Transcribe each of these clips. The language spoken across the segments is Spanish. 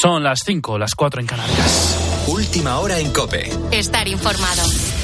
Son las 5, las 4 en Canarias. Última hora en COPE. Estar informado.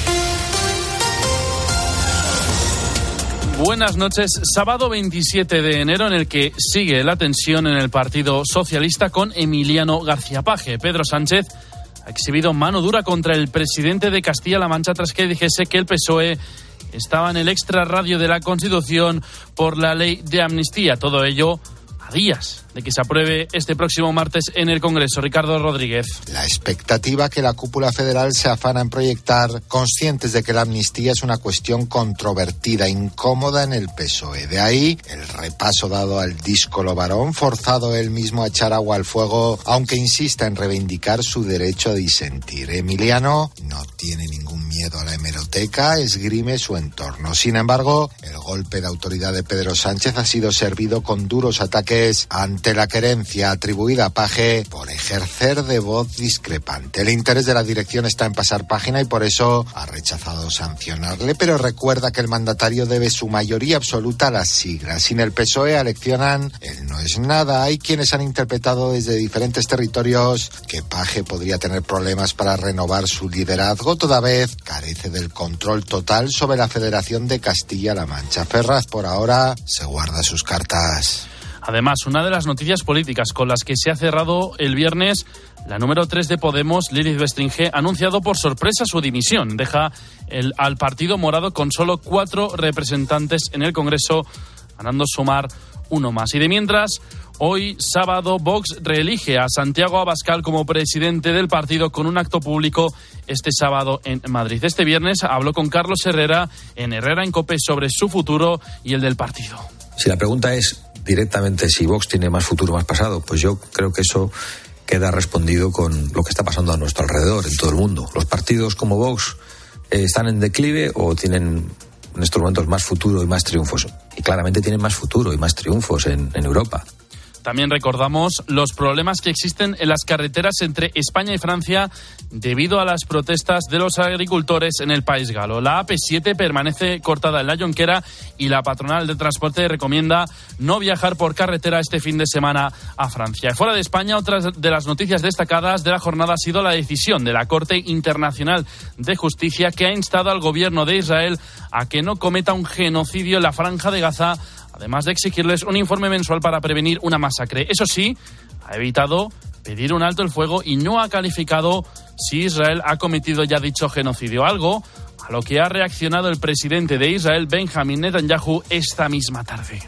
Buenas noches. Sábado 27 de enero, en el que sigue la tensión en el Partido Socialista con Emiliano García Paje. Pedro Sánchez ha exhibido mano dura contra el presidente de Castilla-La Mancha tras que dijese que el PSOE estaba en el extrarradio de la Constitución por la ley de amnistía. Todo ello a días de que se apruebe este próximo martes en el Congreso. Ricardo Rodríguez. La expectativa que la cúpula federal se afana en proyectar, conscientes de que la amnistía es una cuestión controvertida, incómoda en el PSOE. De ahí el repaso dado al díscolo varón, forzado él mismo a echar agua al fuego, aunque insista en reivindicar su derecho a disentir. Emiliano no tiene ningún miedo a la hemeroteca, esgrime su entorno. Sin embargo, el golpe de autoridad de Pedro Sánchez ha sido servido con duros ataques ante la querencia atribuida a Paje por ejercer de voz discrepante. El interés de la dirección está en pasar página y por eso ha rechazado sancionarle, pero recuerda que el mandatario debe su mayoría absoluta a las siglas. Sin el PSOE aleccionan el no es nada. Hay quienes han interpretado desde diferentes territorios que Paje podría tener problemas para renovar su liderazgo, toda vez carece del control total sobre la Federación de Castilla-La Mancha. Ferraz, por ahora, se guarda sus cartas. Además, una de las noticias políticas con las que se ha cerrado el viernes, la número 3 de Podemos, Lilith Bestringe, ha anunciado por sorpresa su dimisión. Deja al Partido Morado con solo 4 representantes en el Congreso, ganando sumar uno más. Y de mientras, hoy sábado, Vox reelige a Santiago Abascal como presidente del partido con un acto público este sábado en Madrid. Este viernes habló con Carlos Herrera en COPE sobre su futuro y el del partido. Si la pregunta es directamente si Vox tiene más futuro o más pasado, pues yo creo que eso queda respondido con lo que está pasando a nuestro alrededor, en todo el mundo. Los partidos como Vox están en declive o tienen en estos momentos más futuro y más triunfos. Y claramente tienen más futuro y más triunfos en Europa. También recordamos los problemas que existen en las carreteras entre España y Francia debido a las protestas de los agricultores en el país galo. La AP7 permanece cortada en la Jonquera y la patronal de transporte recomienda no viajar por carretera este fin de semana a Francia. Fuera de España, otra de las noticias destacadas de la jornada ha sido la decisión de la Corte Internacional de Justicia, que ha instado al gobierno de Israel a que no cometa un genocidio en la Franja de Gaza, además de exigirles un informe mensual para prevenir una masacre. Eso sí, ha evitado pedir un alto el fuego y no ha calificado si Israel ha cometido ya dicho genocidio, algo a lo que ha reaccionado el presidente de Israel, Benjamin Netanyahu, esta misma tarde.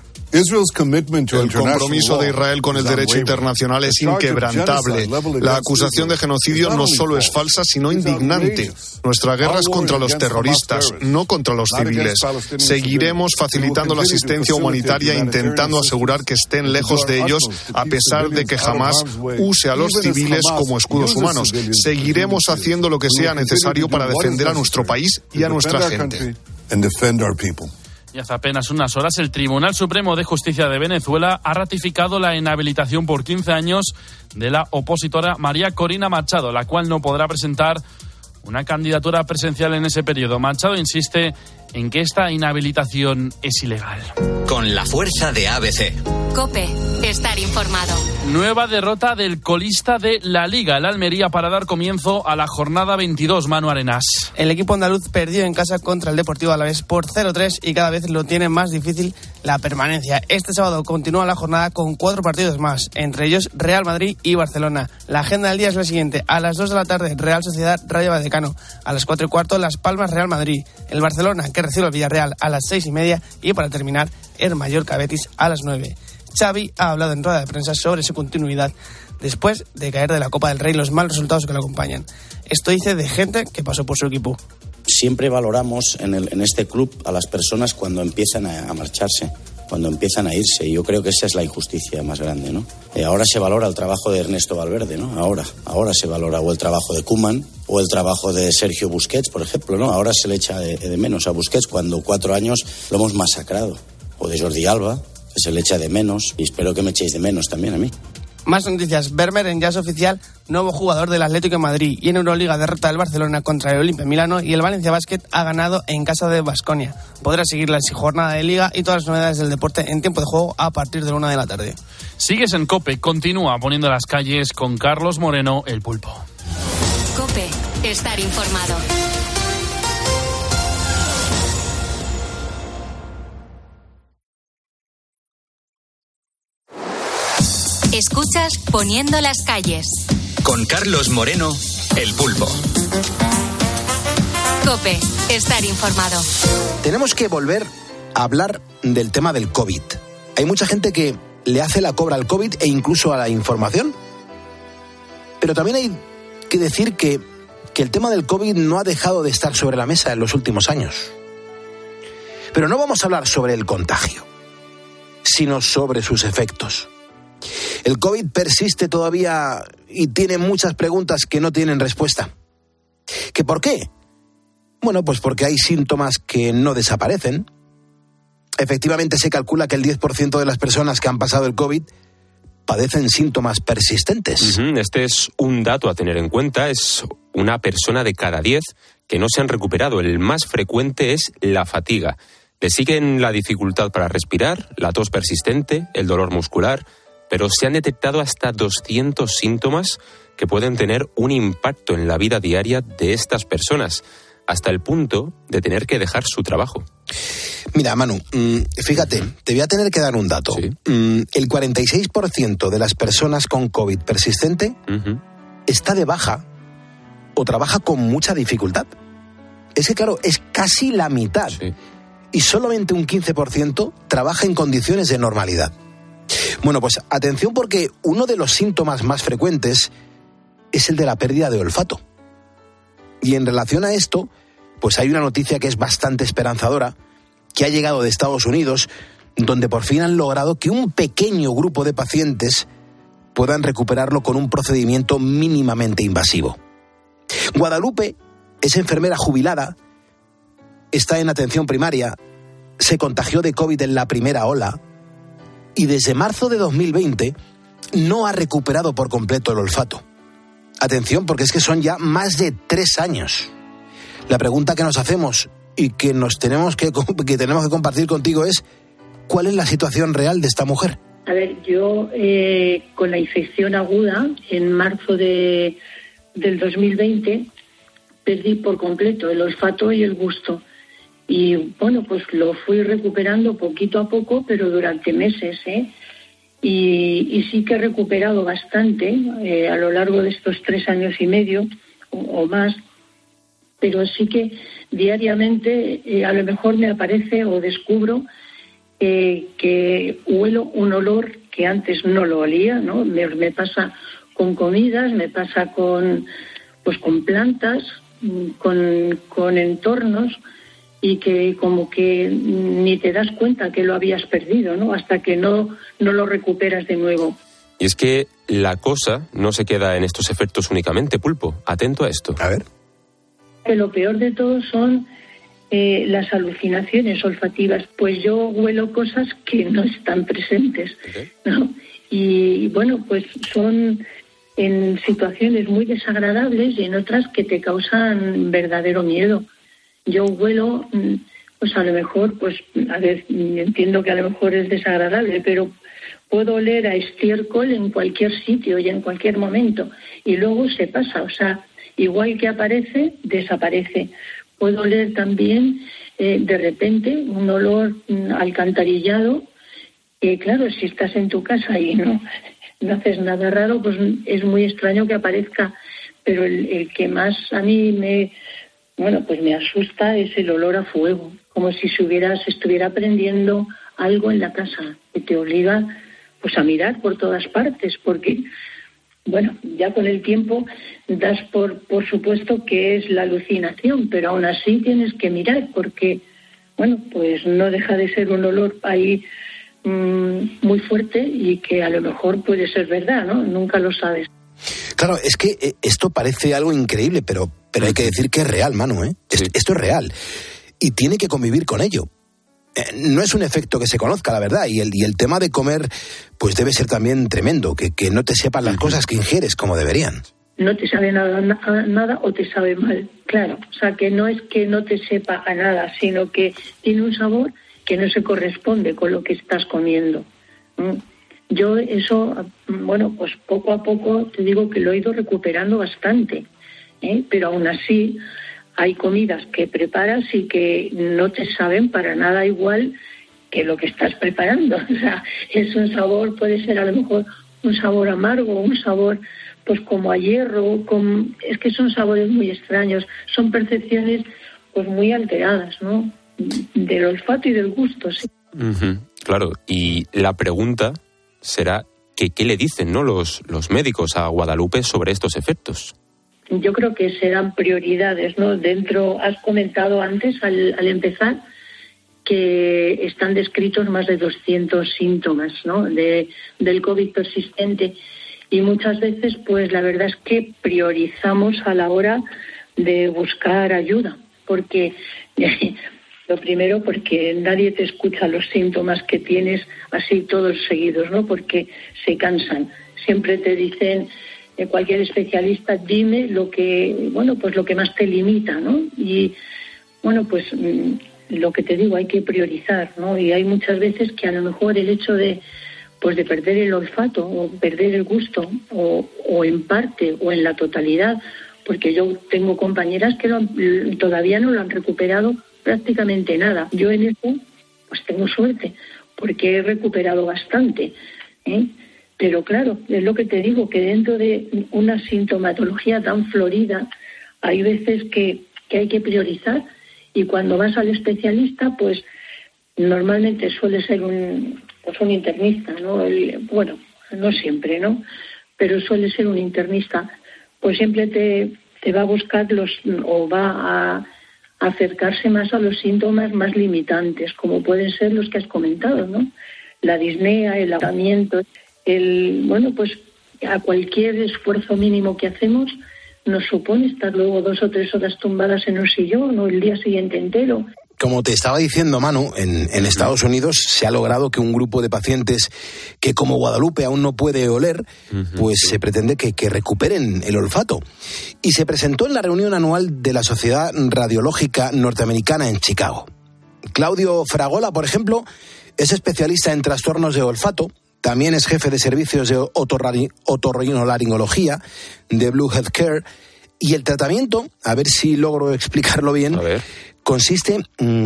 El compromiso de Israel con el derecho internacional es inquebrantable. La acusación de genocidio no solo es falsa, sino indignante. Nuestra guerra es contra los terroristas, no contra los civiles. Seguiremos facilitando la asistencia humanitaria e intentando asegurar que estén lejos de ellos, a pesar de que jamás use a los civiles como escudos humanos. Seguiremos haciendo lo que sea necesario para defender a nuestro país y a nuestra gente. Y hace apenas unas horas, el Tribunal Supremo de Justicia de Venezuela ha ratificado la inhabilitación por 15 años de la opositora María Corina Machado, la cual no podrá presentar una candidatura presencial en ese periodo. Machado insiste en que esta inhabilitación es ilegal. Con la fuerza de ABC. COPE, estar informado. Nueva derrota del colista de la Liga, el Almería, para dar comienzo a la jornada 22, Manu Arenas. El equipo andaluz perdió en casa contra el Deportivo Alavés por 0-3 y cada vez lo tiene más difícil la permanencia. Este sábado continúa la jornada con 4 partidos más, entre ellos Real Madrid y Barcelona. La agenda del día es la siguiente: a las 2 de la tarde, Real Sociedad Rayo Vallecano; a las 4:15, Las Palmas Real Madrid; el Barcelona, que recibe al Villarreal, a las 6:30; y para terminar, el Mallorca Betis a las 9. Xavi ha hablado en rueda de prensa sobre su continuidad después de caer de la Copa del Rey, los malos resultados que lo acompañan. Esto dice de gente que pasó por su equipo. Siempre valoramos en este club a las personas cuando empiezan a marcharse, cuando empiezan a irse, y yo creo que esa es la injusticia más grande, ¿no? Ahora se valora el trabajo de Ernesto Valverde, ¿no? Ahora se valora o el trabajo de Koeman o el trabajo de Sergio Busquets, por ejemplo, ¿no? Ahora se le echa de menos a Busquets cuando 4 años lo hemos masacrado. O de Jordi Alba, que se le echa de menos, y espero que me echéis de menos también a mí. Más noticias. Vermeeren ya es oficial nuevo jugador del Atlético de Madrid, y en Euroliga derrota del Barcelona contra el Olimpia Milano, y el Valencia Basket ha ganado en casa de Baskonia. Podrás seguir la jornada de Liga y todas las novedades del deporte en tiempo de juego a partir de la 1 de la tarde. Sigues en COPE, continúa poniendo las calles con Carlos Moreno, el Pulpo. COPE, estar informado. Escuchas Poniendo las calles. Con Carlos Moreno, el Pulpo. COPE, estar informado. Tenemos que volver a hablar del tema del COVID. Hay mucha gente que le hace la cobra al COVID e incluso a la información. Pero también hay que decir que el tema del COVID no ha dejado de estar sobre la mesa en los últimos años. Pero no vamos a hablar sobre el contagio, sino sobre sus efectos. El COVID persiste todavía y tiene muchas preguntas que no tienen respuesta. ¿Que por qué? Bueno, pues porque hay síntomas que no desaparecen. Efectivamente, se calcula que el 10% de las personas que han pasado el COVID padecen síntomas persistentes. Este es un dato a tener en cuenta. Es una persona de cada 10 que no se han recuperado. El más frecuente es la fatiga. Le siguen la dificultad para respirar, la tos persistente, el dolor muscular, pero se han detectado hasta 200 síntomas que pueden tener un impacto en la vida diaria de estas personas, hasta el punto de tener que dejar su trabajo. Mira, Manu, fíjate, te voy a tener que dar un dato. ¿Sí? El 46% de las personas con COVID persistente está de baja o trabaja con mucha dificultad. Es que, claro, es casi la mitad. Sí. Y solamente un 15% trabaja en condiciones de normalidad. Bueno, pues atención, porque uno de los síntomas más frecuentes es el de la pérdida de olfato. Y en relación a esto, pues hay una noticia que es bastante esperanzadora, que ha llegado de Estados Unidos, donde por fin han logrado que un pequeño grupo de pacientes puedan recuperarlo con un procedimiento mínimamente invasivo. Guadalupe es enfermera jubilada, está en atención primaria, se contagió de COVID en la primera ola, y desde marzo de 2020 no ha recuperado por completo el olfato. Atención, porque es que son ya más de 3 años. La pregunta que nos hacemos y que tenemos que compartir contigo es: ¿cuál es la situación real de esta mujer? A ver, yo con la infección aguda en marzo del 2020 perdí por completo el olfato y el gusto. Y bueno, pues lo fui recuperando poquito a poco, pero durante meses, y sí que he recuperado bastante a lo largo de estos 3 años y medio o más, pero sí que diariamente a lo mejor me aparece o descubro que huelo un olor que antes no lo olía, ¿no? Me pasa con comidas, me pasa con plantas, con entornos, y que como que ni te das cuenta que lo habías perdido, ¿no? Hasta que no lo recuperas de nuevo. Y es que la cosa no se queda en estos efectos únicamente, Pulpo. Atento a esto. A ver. Que lo peor de todo son las alucinaciones olfativas. Pues yo huelo cosas que no están presentes, ¿no? Y bueno, pues son en situaciones muy desagradables y en otras que te causan verdadero miedo. Yo huelo, pues a lo mejor, pues a ver, entiendo que a lo mejor es desagradable, pero puedo oler a estiércol en cualquier sitio y en cualquier momento, y luego se pasa, o sea, igual que aparece, desaparece. Puedo oler también, de repente, un olor alcantarillado, que claro, si estás en tu casa y no haces nada raro, pues es muy extraño que aparezca, pero el que más a mí me asusta es el olor a fuego, como si se estuviera prendiendo algo en la casa, que te obliga pues a mirar por todas partes, porque bueno, ya con el tiempo das por supuesto que es la alucinación, pero aún así tienes que mirar, porque bueno, pues no deja de ser un olor ahí muy fuerte, y que a lo mejor puede ser verdad, ¿no? Nunca lo sabes. Claro, es que esto parece algo increíble, pero hay que decir que es real, Manu, ¿eh? Sí. Esto es real. Y tiene que convivir con ello. no es un efecto que se conozca, la verdad, y el tema de comer pues debe ser también tremendo, que no te sepan las cosas que ingieres como deberían. No te sabe nada o te sabe mal, claro. O sea, que no es que no te sepa a nada, sino que tiene un sabor que no se corresponde con lo que estás comiendo. Yo eso, bueno, pues poco a poco te digo que lo he ido recuperando bastante, pero aún así hay comidas que preparas y que no te saben para nada igual que lo que estás preparando. O sea, es un sabor, puede ser a lo mejor un sabor amargo, un sabor pues como a hierro, es que son sabores muy extraños, son percepciones pues muy alteradas, ¿no? Del olfato y del gusto, sí. Claro, y la pregunta será que ¿qué le dicen, no, los médicos a Guadalupe sobre estos efectos? Yo creo que serán prioridades, ¿no? Dentro, has comentado antes al empezar que están descritos más de 200 síntomas, ¿no? Del COVID persistente. Y muchas veces, pues la verdad es que priorizamos a la hora de buscar ayuda, porque lo primero, porque nadie te escucha los síntomas que tienes así todos seguidos, ¿no? Porque se cansan. Siempre te dicen, cualquier especialista, dime lo que, bueno, pues lo que más te limita, ¿no? Y bueno, pues lo que te digo, hay que priorizar, ¿no? Y hay muchas veces que a lo mejor el hecho de perder el olfato o perder el gusto o en parte o en la totalidad, porque yo tengo compañeras que todavía no lo han recuperado prácticamente nada. Yo en eso pues tengo suerte porque he recuperado bastante, pero claro, es lo que te digo, que dentro de una sintomatología tan florida hay veces que hay que priorizar, y cuando vas al especialista pues normalmente suele ser un internista, ¿no? Bueno, no siempre, ¿no? Pero suele ser un internista, pues siempre te va a buscar o va a acercarse más a los síntomas más limitantes, como pueden ser los que has comentado, ¿no? La disnea, el agotamiento, bueno, pues a cualquier esfuerzo mínimo que hacemos nos supone estar luego 2 o 3 horas tumbadas en un sillón o el día siguiente entero. Como te estaba diciendo, Manu, en Estados Unidos se ha logrado que un grupo de pacientes que, como Guadalupe, aún no puede oler, pues se pretende que recuperen el olfato. Y se presentó en la reunión anual de la Sociedad Radiológica Norteamericana en Chicago. Claudio Fragola, por ejemplo, es especialista en trastornos de olfato, también es jefe de servicios de otorrinolaringología de Blue Health Care, y el tratamiento, a ver si logro explicarlo bien, consiste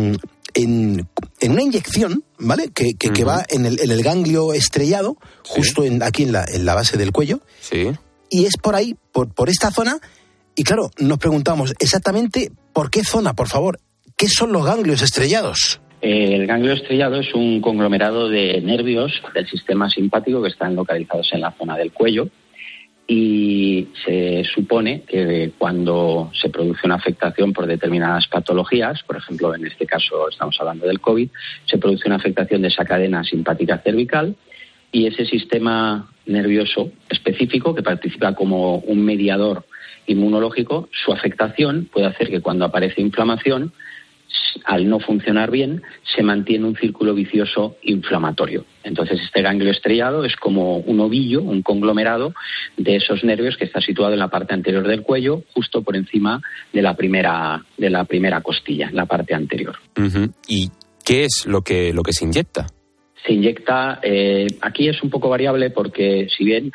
en una inyección, ¿vale? Que va en el ganglio estrellado, justo aquí en la base del cuello. Sí. Y es por ahí, por esta zona. Y claro, nos preguntamos exactamente por qué zona, por favor. ¿Qué son los ganglios estrellados? El ganglio estrellado es un conglomerado de nervios del sistema simpático que están localizados en la zona del cuello. Y se supone que cuando se produce una afectación por determinadas patologías, por ejemplo, en este caso estamos hablando del COVID, se produce una afectación de esa cadena simpática cervical, y ese sistema nervioso específico que participa como un mediador inmunológico, su afectación puede hacer que cuando aparece inflamación, al no funcionar bien, se mantiene un círculo vicioso inflamatorio. Entonces, este ganglio estrellado es como un ovillo, un conglomerado de esos nervios que está situado en la parte anterior del cuello, justo por encima de la primera costilla, en la parte anterior. ¿Y qué es lo que se inyecta? Se inyecta, aquí es un poco variable porque si bien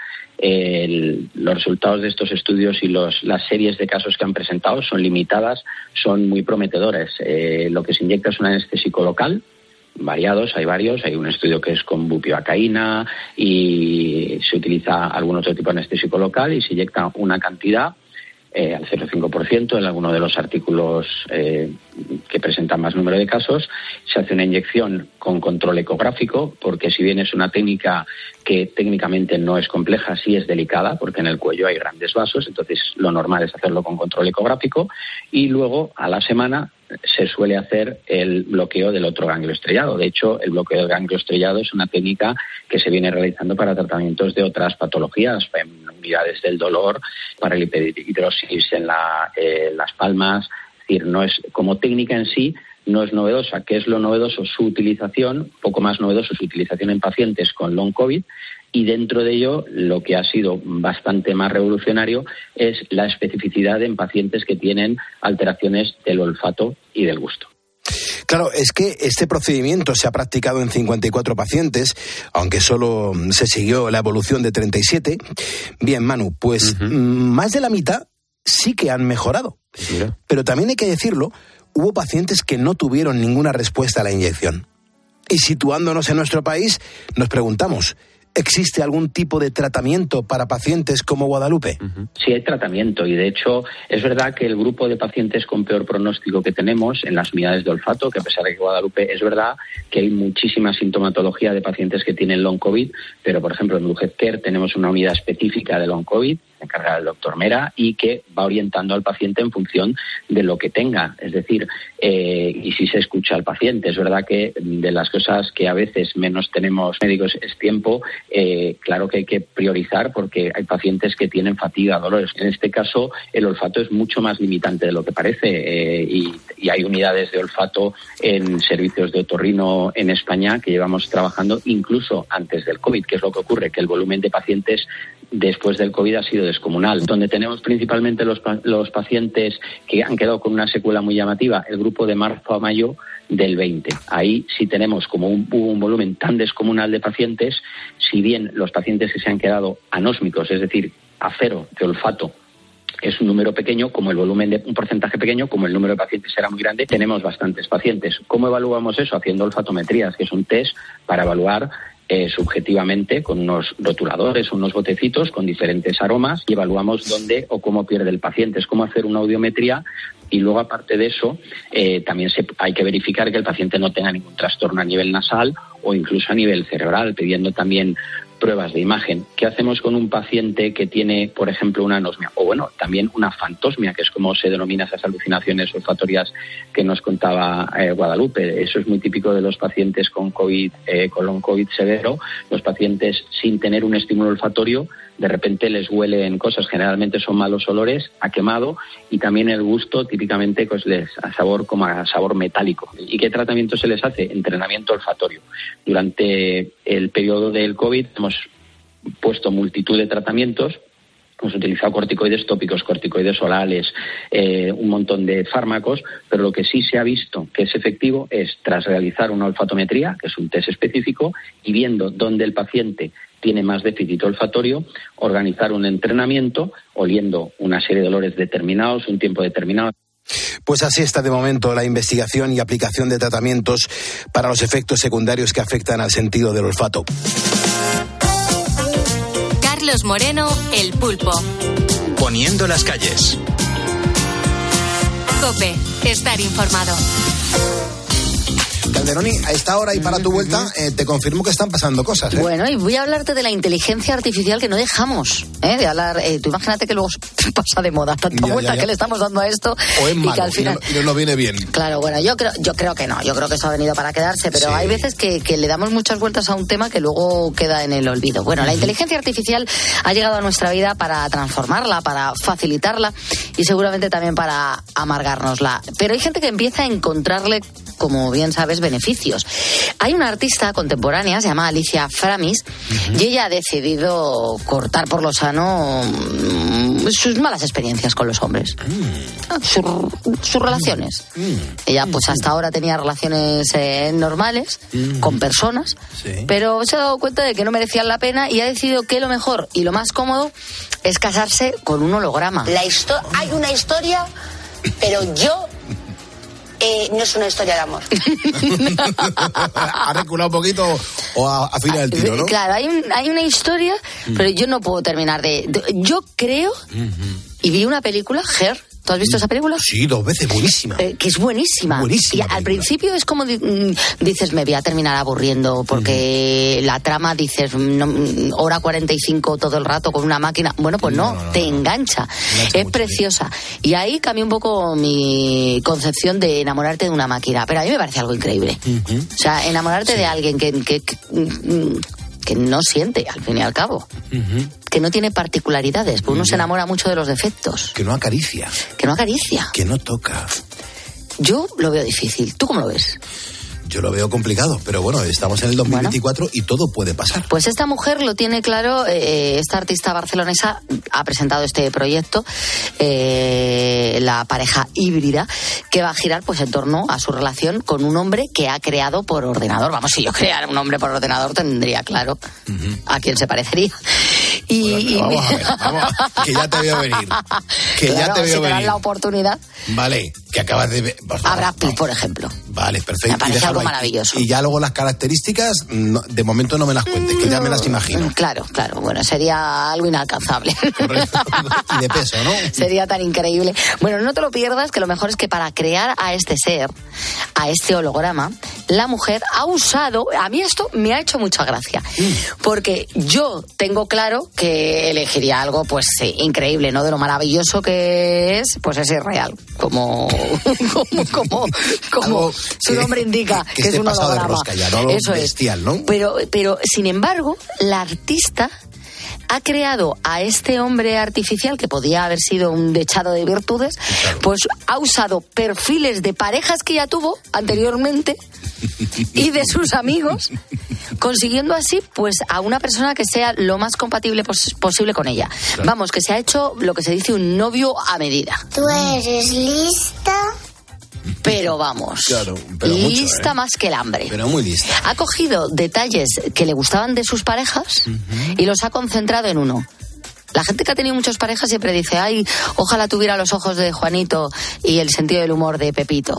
los resultados de estos estudios y las series de casos que han presentado son limitadas, son muy prometedores. Lo que se inyecta es un anestésico local, hay varios, hay un estudio que es con bupivacaína y se utiliza algún otro tipo de anestésico local y se inyecta una cantidad al 0,5% en alguno de los artículos que presentan más número de casos. Se hace una inyección con control ecográfico, porque si bien es una técnica que técnicamente no es compleja, sí es delicada, porque en el cuello hay grandes vasos, entonces lo normal es hacerlo con control ecográfico, y luego a la semana se suele hacer el bloqueo del otro ganglio estrellado. De hecho, el bloqueo del ganglio estrellado es una técnica que se viene realizando para tratamientos de otras patologías, unidades del dolor, para la hiperhidrosis en las palmas. Es decir, no es como técnica en sí, no es novedosa. ¿Qué es lo novedoso? Su utilización, poco más novedoso, su utilización en pacientes con long COVID. Y dentro de ello, lo que ha sido bastante más revolucionario es la especificidad en pacientes que tienen alteraciones del olfato y del gusto. Claro, es que este procedimiento se ha practicado en 54 pacientes, aunque solo se siguió la evolución de 37. Bien, Manu, pues más de la mitad sí que han mejorado. Mira. Pero también hay que decirlo, hubo pacientes que no tuvieron ninguna respuesta a la inyección. Y situándonos en nuestro país, nos preguntamos, ¿existe algún tipo de tratamiento para pacientes como Guadalupe? Sí, hay tratamiento y de hecho es verdad que el grupo de pacientes con peor pronóstico que tenemos en las unidades de olfato, que a pesar de que Guadalupe es verdad que hay muchísima sintomatología de pacientes que tienen long COVID, pero por ejemplo en Blue Health Care tenemos una unidad específica de long COVID, encargada del doctor Mera, y que va orientando al paciente en función de lo que tenga. Es decir, y si se escucha al paciente. Es verdad que de las cosas que a veces menos tenemos médicos es tiempo. Claro que hay que priorizar porque hay pacientes que tienen fatiga, dolores. En este caso, el olfato es mucho más limitante de lo que parece y hay unidades de olfato en servicios de otorrino en España que llevamos trabajando incluso antes del COVID. ¿Qué es lo que ocurre? Que el volumen de pacientes después del COVID ha sido descomunal. Donde tenemos principalmente los pacientes que han quedado con una secuela muy llamativa, el grupo de marzo a mayo del 20. Ahí sí tenemos como un volumen tan descomunal de pacientes, si bien los pacientes que se han quedado anósmicos, es decir, a cero de olfato, es un número pequeño, como el volumen de un porcentaje pequeño, como el número de pacientes era muy grande, tenemos bastantes pacientes. ¿Cómo evaluamos eso? Haciendo olfatometrías, que es un test para evaluar subjetivamente con unos rotuladores, unos botecitos con diferentes aromas y evaluamos dónde o cómo pierde el paciente. Es como hacer una audiometría y luego aparte de eso también hay que verificar que el paciente no tenga ningún trastorno a nivel nasal o incluso a nivel cerebral, pidiendo también pruebas de imagen. ¿Qué hacemos con un paciente que tiene, por ejemplo, una anosmia? O bueno, también una fantosmia, que es como se denomina esas alucinaciones olfatorias que nos contaba Guadalupe. Eso es muy típico de los pacientes con COVID, con long COVID severo. Los pacientes sin tener un estímulo olfatorio, de repente les huelen cosas, generalmente son malos olores, a quemado, y también el gusto típicamente pues les a sabor como a sabor metálico. ¿Y qué tratamiento se les hace? Entrenamiento olfatorio. Durante el periodo del COVID hemos puesto multitud de tratamientos. Hemos utilizado corticoides tópicos, corticoides orales, un montón de fármacos, pero lo que sí se ha visto que es efectivo es, tras realizar una olfatometría, que es un test específico, y viendo dónde el paciente tiene más déficit olfatorio, organizar un entrenamiento oliendo una serie de olores determinados, un tiempo determinado. Pues así está de momento la investigación y aplicación de tratamientos para los efectos secundarios que afectan al sentido del olfato. Carlos Moreno, El Pulpo. Poniendo las calles. COPE, estar informado. Calderoni, a esta hora y para tu vuelta, te confirmo que están pasando cosas. Bueno, y voy a hablarte de la inteligencia artificial que no dejamos de hablar. Tú imagínate que luego pasa de moda tanta vuelta que le estamos dando a esto. O es malo, y que al final y no nos viene bien. Claro, bueno, yo creo que no. Yo creo que eso ha venido para quedarse, pero hay veces que le damos muchas vueltas a un tema que luego queda en el olvido. Bueno, la inteligencia artificial ha llegado a nuestra vida para transformarla, para facilitarla y seguramente también para amargárnosla. Pero hay gente que empieza a encontrarle, como bien sabes, beneficios. Hay una artista contemporánea, se llama Alicia Framis, y ella ha decidido cortar por lo sano sus malas experiencias con los hombres. Sus relaciones. Ella pues hasta ahora tenía relaciones normales con personas, pero se ha dado cuenta de que no merecían la pena y ha decidido que lo mejor y lo más cómodo es casarse con un holograma. Hay una historia, pero yo no es una historia de amor. Ha reculado un poquito o afina el tiro, ¿no? Claro, hay una historia, pero yo no puedo terminar yo creo, y vi una película, Her. ¿Tú has visto esa película? Sí, 2 veces, buenísima. Que es buenísima. Y al principio es como dices, me voy a terminar aburriendo porque la trama, dices, hora 45 todo el rato con una máquina. Bueno, pues no, te engancha. Es preciosa. Y ahí cambió un poco mi concepción de enamorarte de una máquina. Pero a mí me parece algo increíble. O sea, enamorarte de alguien que no siente, al fin y al cabo. Que no tiene particularidades, porque uno se enamora mucho de los defectos. Que no acaricia. Que no acaricia. Que no toca. Yo lo veo difícil. ¿Tú cómo lo ves? Yo lo veo complicado, pero bueno, estamos en el 2024 y todo puede pasar. Pues esta mujer lo tiene claro, esta artista barcelonesa ha presentado este proyecto, la pareja híbrida, que va a girar pues en torno a su relación con un hombre que ha creado por ordenador. Vamos, si yo creara un hombre por ordenador tendría claro a quién se parecería. Vamos a ver, que ya te veo venir. Que claro, ya te veo si te dan venir. la oportunidad. Vale, que acabas de ver. A Brad Pitt, por ejemplo. Vale, perfecto. Me parece algo maravilloso. Y ya luego las características, no, de momento no me las cuentes, que ya me las imagino. Claro, bueno, sería algo inalcanzable. Correcto. Y de peso, ¿no? Sería tan increíble. Bueno, no te lo pierdas, que lo mejor es que para crear a este ser, a este holograma, la mujer ha usado, a mí esto me ha hecho mucha gracia, porque yo tengo claro que elegiría algo pues sí, increíble, ¿no? De lo maravilloso que es, pues es irreal, como su nombre indica, que es un pasado de holograma. rosca ya, ¿no? Eso bestial, es. ¿no? Pero sin embargo, la artista ha creado a este hombre artificial, que podía haber sido un dechado de virtudes, claro. Pues ha usado perfiles de parejas que ya tuvo anteriormente y de sus amigos, consiguiendo así pues a una persona que sea lo más compatible posible con ella. Claro. Vamos, que se ha hecho lo que se dice un novio a medida. ¿Tú eres lista? Pero vamos, claro, pero lista mucho, más que el hambre. Pero muy lista. Ha cogido detalles que le gustaban de sus parejas y los ha concentrado en uno. La gente que ha tenido muchas parejas siempre dice, ay, ojalá tuviera los ojos de Juanito y el sentido del humor de Pepito.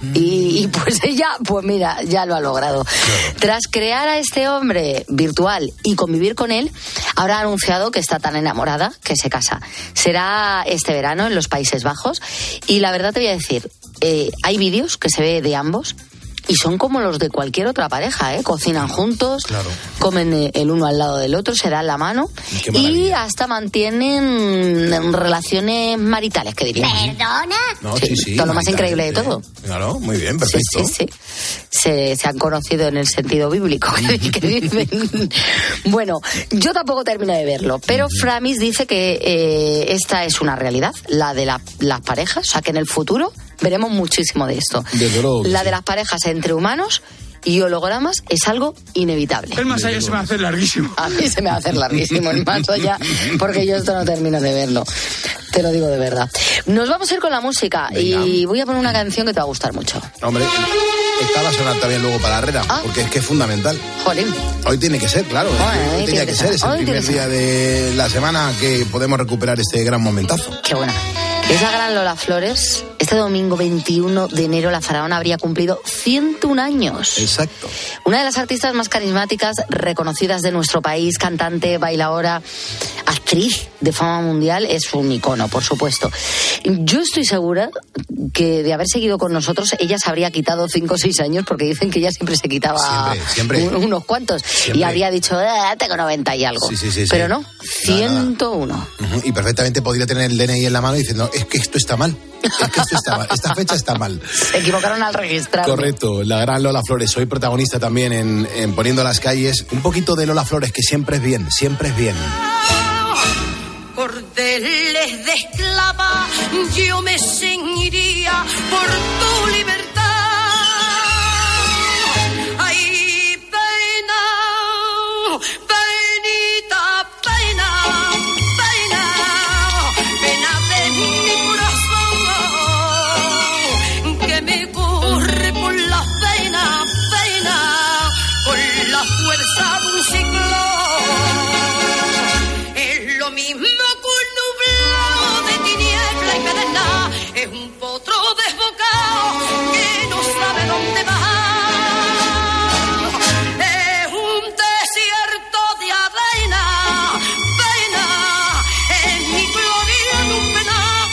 Y pues ella, pues mira, ya lo ha logrado. Claro. Tras crear a este hombre virtual y convivir con él, ahora ha anunciado que está tan enamorada que se casa. Será este verano en los Países Bajos y la verdad te voy a decir, hay vídeos que se ve de ambos y son como los de cualquier otra pareja, ¿eh? Cocinan juntos, claro. Comen el uno al lado del otro, se dan la mano y hasta mantienen relaciones maritales, que diría. ¿Perdona? No, sí, todo lo más increíble de todo. Claro, muy bien, perfecto. Sí. Se han conocido en el sentido bíblico, que dicen. Bueno, yo tampoco termino de verlo, pero Framis dice que esta es una realidad, la de las parejas, o sea que en el futuro veremos muchísimo de esto. La de las parejas entre humanos y hologramas es algo inevitable. El más allá se me va a hacer larguísimo. A mí se me va a hacer larguísimo el más allá, porque yo esto no termino de verlo. Te lo digo de verdad. Nos vamos a ir con la música. Venga. Y voy a poner una canción que te va a gustar mucho. Hombre, esta va a sonar también luego para Herrera, porque es que es fundamental. Jolín. Hoy tiene que ser, claro. Hoy tenía que ser. Es el primer día de la semana que podemos recuperar este gran momentazo. Qué buena. Es la gran Lola Flores. Este domingo 21 de enero la faraona habría cumplido 101 años. Exacto. Una de las artistas más carismáticas, reconocidas de nuestro país, cantante, bailaora, actriz de fama mundial, es un icono, por supuesto. Yo estoy segura que de haber seguido con nosotros, ella se habría quitado 5 o 6 años, porque dicen que ella siempre se quitaba siempre. Unos cuantos. Siempre. Y habría dicho, tengo 90 y algo. Sí. Pero no, 101. Nada. Y perfectamente podría tener el DNI en la mano diciendo, es que esto está mal. Es que esto está mal. Esta fecha está mal. Se equivocaron al registrar. Correcto. La gran Lola Flores. Soy protagonista también en Poniendo las Calles. Un poquito de Lola Flores, que siempre es bien, siempre es bien. Cordeles de esclava, yo me ceñiría por tu libertad. Ay, pena, penita, pena de mi corazón, que me corre por la pena, con la fuerza de un ciclón. Es lo mismo. Es un potro desbocado que no sabe dónde va. Es un desierto de arena, es mi gloria en un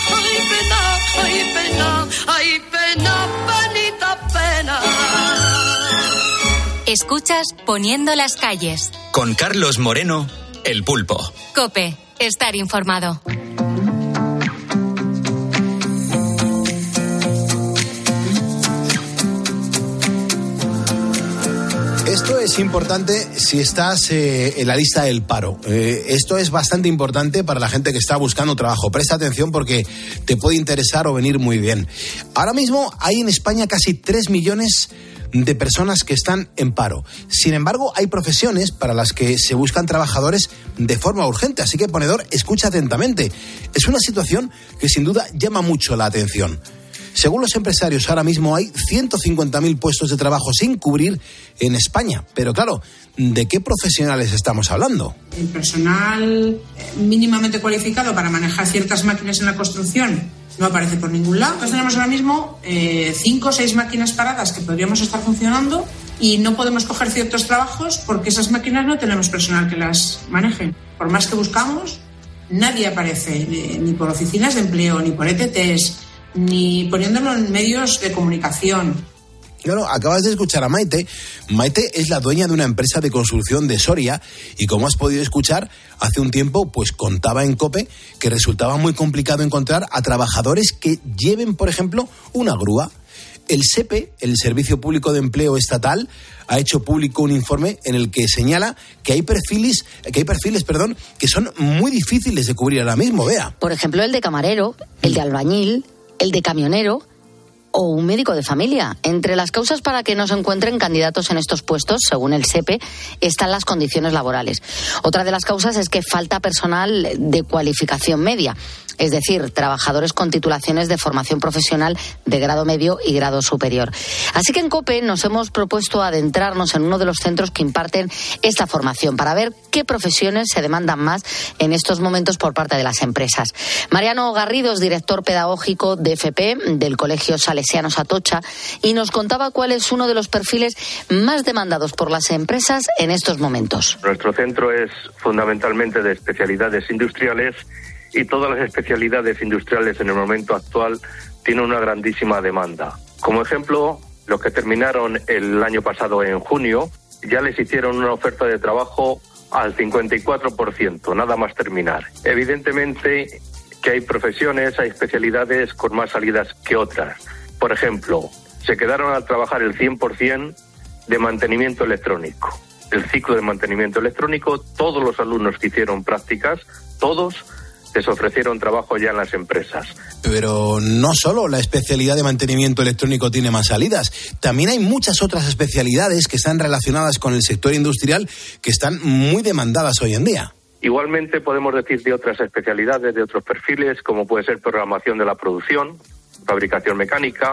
ay pena, penita, pena. Escuchas Poniendo las Calles. Con Carlos Moreno, El Pulpo. COPE, estar informado. Esto es importante si estás en la lista del paro. Esto es bastante importante para la gente que está buscando trabajo. Presta atención porque te puede interesar o venir muy bien. Ahora mismo hay en España casi 3 millones de personas que están en paro. Sin embargo, hay profesiones para las que se buscan trabajadores de forma urgente. Así que, ponedor, escucha atentamente. Es una situación que sin duda llama mucho la atención. Según los empresarios, ahora mismo hay 150.000 puestos de trabajo sin cubrir en España. Pero claro, ¿de qué profesionales estamos hablando? El personal mínimamente cualificado para manejar ciertas máquinas en la construcción no aparece por ningún lado. Entonces tenemos ahora mismo 5 o 6 máquinas paradas que podríamos estar funcionando y no podemos coger ciertos trabajos porque esas máquinas no tenemos personal que las maneje. Por más que buscamos, nadie aparece, ni por oficinas de empleo, ni por ETTs, ni poniéndolo en medios de comunicación. Claro, acabas de escuchar a Maite. Maite es la dueña de una empresa de construcción de Soria y, como has podido escuchar, hace un tiempo pues contaba en COPE que resultaba muy complicado encontrar a trabajadores que lleven, por ejemplo, una grúa. El SEPE, el Servicio Público de Empleo Estatal, ha hecho público un informe en el que señala que hay perfiles, que son muy difíciles de cubrir ahora mismo, Bea. Por ejemplo, el de camarero, el de albañil, el de camionero o un médico de familia. Entre las causas para que no se encuentren candidatos en estos puestos, según el SEPE, están las condiciones laborales. Otra de las causas es que falta personal de cualificación media, es decir, trabajadores con titulaciones de formación profesional de grado medio y grado superior. Así que en COPE nos hemos propuesto adentrarnos en uno de los centros que imparten esta formación para ver qué profesiones se demandan más en estos momentos por parte de las empresas. Mariano Garrido es director pedagógico de FP del Colegio Salesianos Atocha y nos contaba cuál es uno de los perfiles más demandados por las empresas en estos momentos. Nuestro centro es fundamentalmente de especialidades industriales y todas las especialidades industriales en el momento actual tienen una grandísima demanda. Como ejemplo, los que terminaron el año pasado en junio ya les hicieron una oferta de trabajo al 54%, nada más terminar. Evidentemente que hay profesiones, hay especialidades con más salidas que otras. Por ejemplo, se quedaron al trabajar el 100% de mantenimiento electrónico. El ciclo de mantenimiento electrónico, todos los alumnos que hicieron prácticas, todos les ofrecieron trabajo ya en las empresas. Pero no solo la especialidad de mantenimiento electrónico tiene más salidas, también hay muchas otras especialidades que están relacionadas con el sector industrial que están muy demandadas hoy en día. Igualmente podemos decir de otras especialidades, de otros perfiles, como puede ser programación de la producción, fabricación mecánica,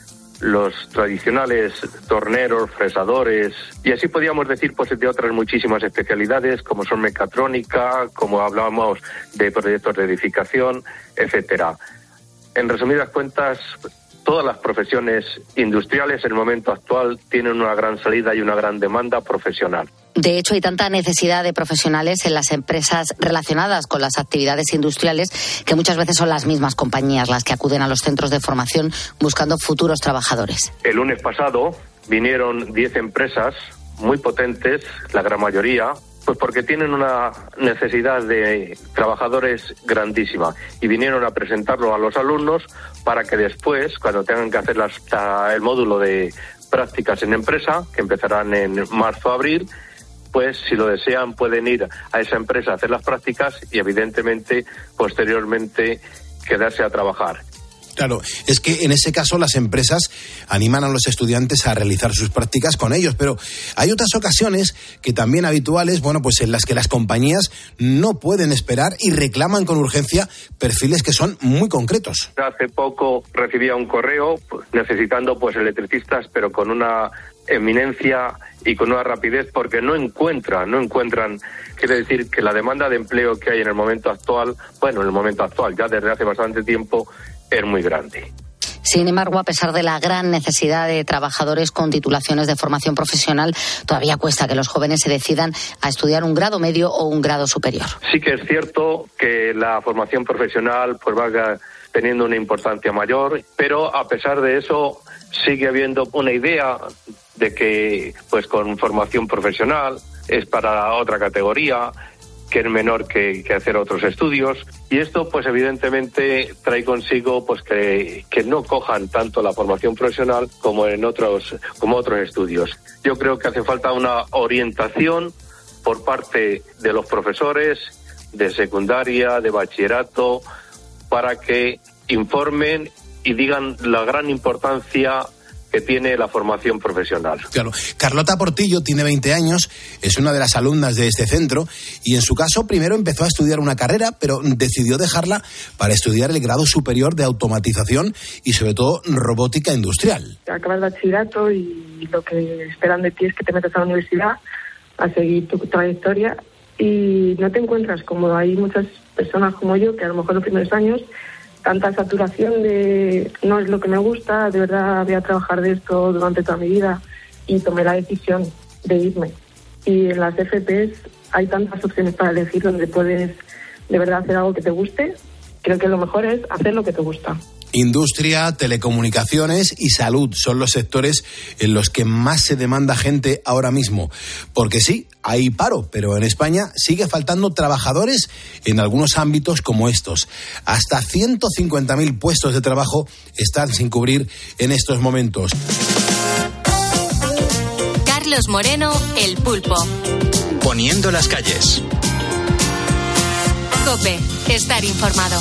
los tradicionales torneros, fresadores, y así podríamos decir pues de otras muchísimas especialidades como son mecatrónica, como hablábamos de proyectos de edificación, etcétera. En resumidas cuentas, todas las profesiones industriales en el momento actual tienen una gran salida y una gran demanda profesional. De hecho, hay tanta necesidad de profesionales en las empresas relacionadas con las actividades industriales que muchas veces son las mismas compañías las que acuden a los centros de formación buscando futuros trabajadores. El lunes pasado vinieron 10 empresas muy potentes, la gran mayoría, pues porque tienen una necesidad de trabajadores grandísima y vinieron a presentarlo a los alumnos para que después, cuando tengan que hacer el módulo de prácticas en empresa, que empezarán en marzo o abril, pues si lo desean pueden ir a esa empresa a hacer las prácticas y evidentemente posteriormente quedarse a trabajar. Claro, es que en ese caso las empresas animan a los estudiantes a realizar sus prácticas con ellos, pero hay otras ocasiones que también habituales, pues en las que las compañías no pueden esperar y reclaman con urgencia perfiles que son muy concretos. Hace poco recibía un correo necesitando electricistas, pero con una eminencia y con una rapidez porque no encuentran, quiere decir que la demanda de empleo que hay en el momento actual, ya desde hace bastante tiempo, es muy grande. Sin embargo, a pesar de la gran necesidad de trabajadores con titulaciones de formación profesional, todavía cuesta que los jóvenes se decidan a estudiar un grado medio o un grado superior. Sí que es cierto que la formación profesional va teniendo una importancia mayor, pero a pesar de eso sigue habiendo una idea de que con formación profesional es para otra categoría, que es menor que hacer otros estudios, y esto pues evidentemente trae consigo pues que no cojan tanto la formación profesional como otros estudios. Yo creo que hace falta una orientación por parte de los profesores de secundaria, de bachillerato, para que informen y digan la gran importancia que tiene la formación profesional. Claro. Carlota Portillo tiene 20 años, es una de las alumnas de este centro y en su caso primero empezó a estudiar una carrera, pero decidió dejarla para estudiar el grado superior de automatización y sobre todo robótica industrial. Acabas bachillerato y lo que esperan de ti es que te metas a la universidad a seguir tu trayectoria y no te encuentras cómodo. Hay muchas personas como yo que a lo mejor los primeros años tanta saturación de no es lo que me gusta, de verdad voy a trabajar de esto durante toda mi vida, y tomé la decisión de irme. Y en las FPs hay tantas opciones para elegir donde puedes de verdad hacer algo que te guste. Creo que lo mejor es hacer lo que te gusta. Industria, telecomunicaciones y salud son los sectores en los que más se demanda gente ahora mismo. Porque sí, hay paro, pero en España sigue faltando trabajadores en algunos ámbitos como estos. Hasta 150.000 puestos de trabajo están sin cubrir en estos momentos. Carlos Moreno, El Pulpo. Poniendo las calles. COPE, estar informado.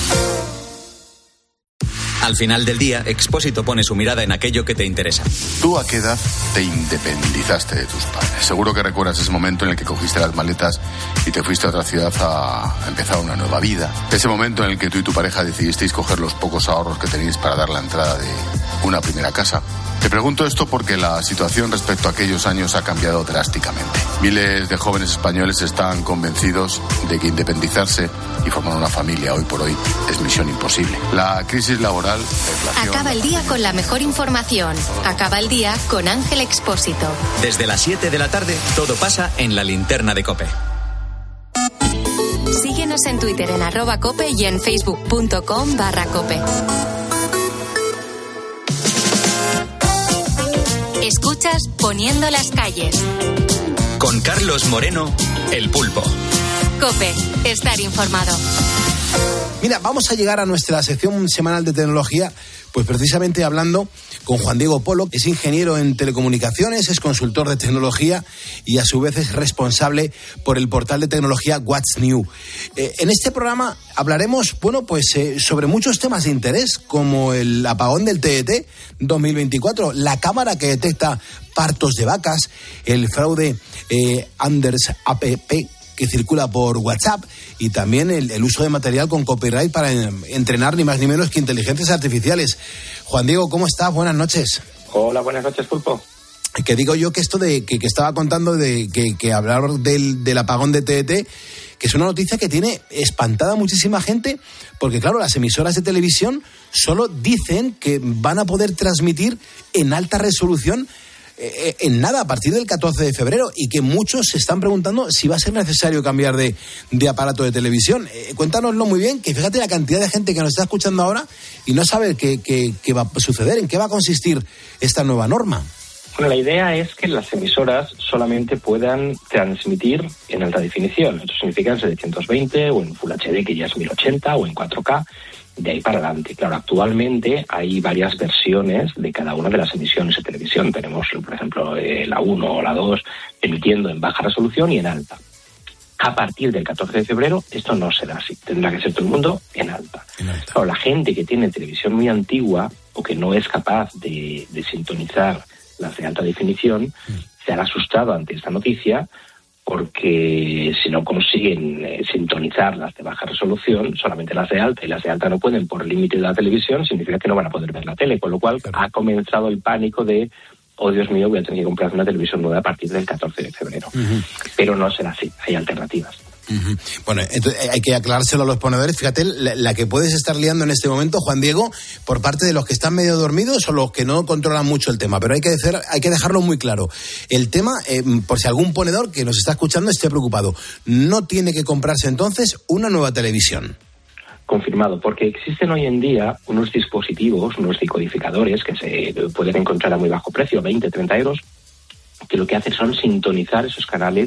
Al final del día, Expósito pone su mirada en aquello que te interesa. ¿Tú a qué edad te independizaste de tus padres? Seguro que recuerdas ese momento en el que cogiste las maletas y te fuiste a otra ciudad a empezar una nueva vida. Ese momento en el que tú y tu pareja decidisteis coger los pocos ahorros que tenéis para dar la entrada de una primera casa. Te pregunto esto porque la situación respecto a aquellos años ha cambiado drásticamente. Miles de jóvenes españoles están convencidos de que independizarse y formar una familia hoy por hoy es misión imposible. La crisis laboral... Acaba el día con la mejor información. Acaba el día con Ángel Expósito. Desde las 7 de la tarde, todo pasa en la linterna de COPE. Síguenos en Twitter en @cope y en facebook.com/cope. Escuchas Poniendo las calles. Con Carlos Moreno, El Pulpo. COPE, estar informado. Mira, vamos a llegar a nuestra sección semanal de tecnología, pues precisamente hablando con Juan Diego Polo, que es ingeniero en telecomunicaciones, es consultor de tecnología y a su vez es responsable por el portal de tecnología What's New. En este programa hablaremos, sobre muchos temas de interés, como el apagón del TET 2024, la cámara que detecta partos de vacas, el fraude Anders App que circula por WhatsApp y también el uso de material con copyright para entrenar ni más ni menos que inteligencias artificiales. Juan Diego, ¿cómo estás? Buenas noches. Hola, buenas noches, Pulpo. Que digo yo que esto de que estaba contando de que hablar del apagón de TET, que es una noticia que tiene espantada a muchísima gente, porque claro, las emisoras de televisión solo dicen que van a poder transmitir en alta resolución en nada, a partir del 14 de febrero, y que muchos se están preguntando si va a ser necesario cambiar de aparato de televisión. Cuéntanoslo muy bien, que fíjate la cantidad de gente que nos está escuchando ahora y no sabe qué va a suceder, en qué va a consistir esta nueva norma. Bueno, la idea es que las emisoras solamente puedan transmitir en alta definición. Eso significa en 720 o en Full HD, que ya es 1080, o en 4K. De ahí para adelante. Claro, actualmente hay varias versiones de cada una de las emisiones de televisión. Tenemos, por ejemplo, la 1 o la 2 emitiendo en baja resolución y en alta. A partir del 14 de febrero esto no será así. Tendrá que ser todo el mundo en alta. Claro, la gente que tiene televisión muy antigua o que no es capaz de sintonizar las de alta definición se han asustado ante esta noticia, porque si no consiguen sintonizar las de baja resolución, solamente las de alta, y las de alta no pueden por límite de la televisión, significa que no van a poder ver la tele, con lo cual ha comenzado el pánico de, oh Dios mío, voy a tener que comprar una televisión nueva a partir del 14 de febrero. Pero no será así, hay alternativas. Bueno, entonces hay que aclarárselo a los ponedores. Fíjate la que puedes estar liando en este momento, Juan Diego, por parte de los que están medio dormidos o los que no controlan mucho el tema, pero hay que dejarlo muy claro. El tema, por si algún ponedor que nos está escuchando esté preocupado, no tiene que comprarse entonces una nueva televisión. Confirmado, porque existen hoy en día unos dispositivos, unos decodificadores que se pueden encontrar a muy bajo precio, 20, 30 euros, que lo que hacen son sintonizar esos canales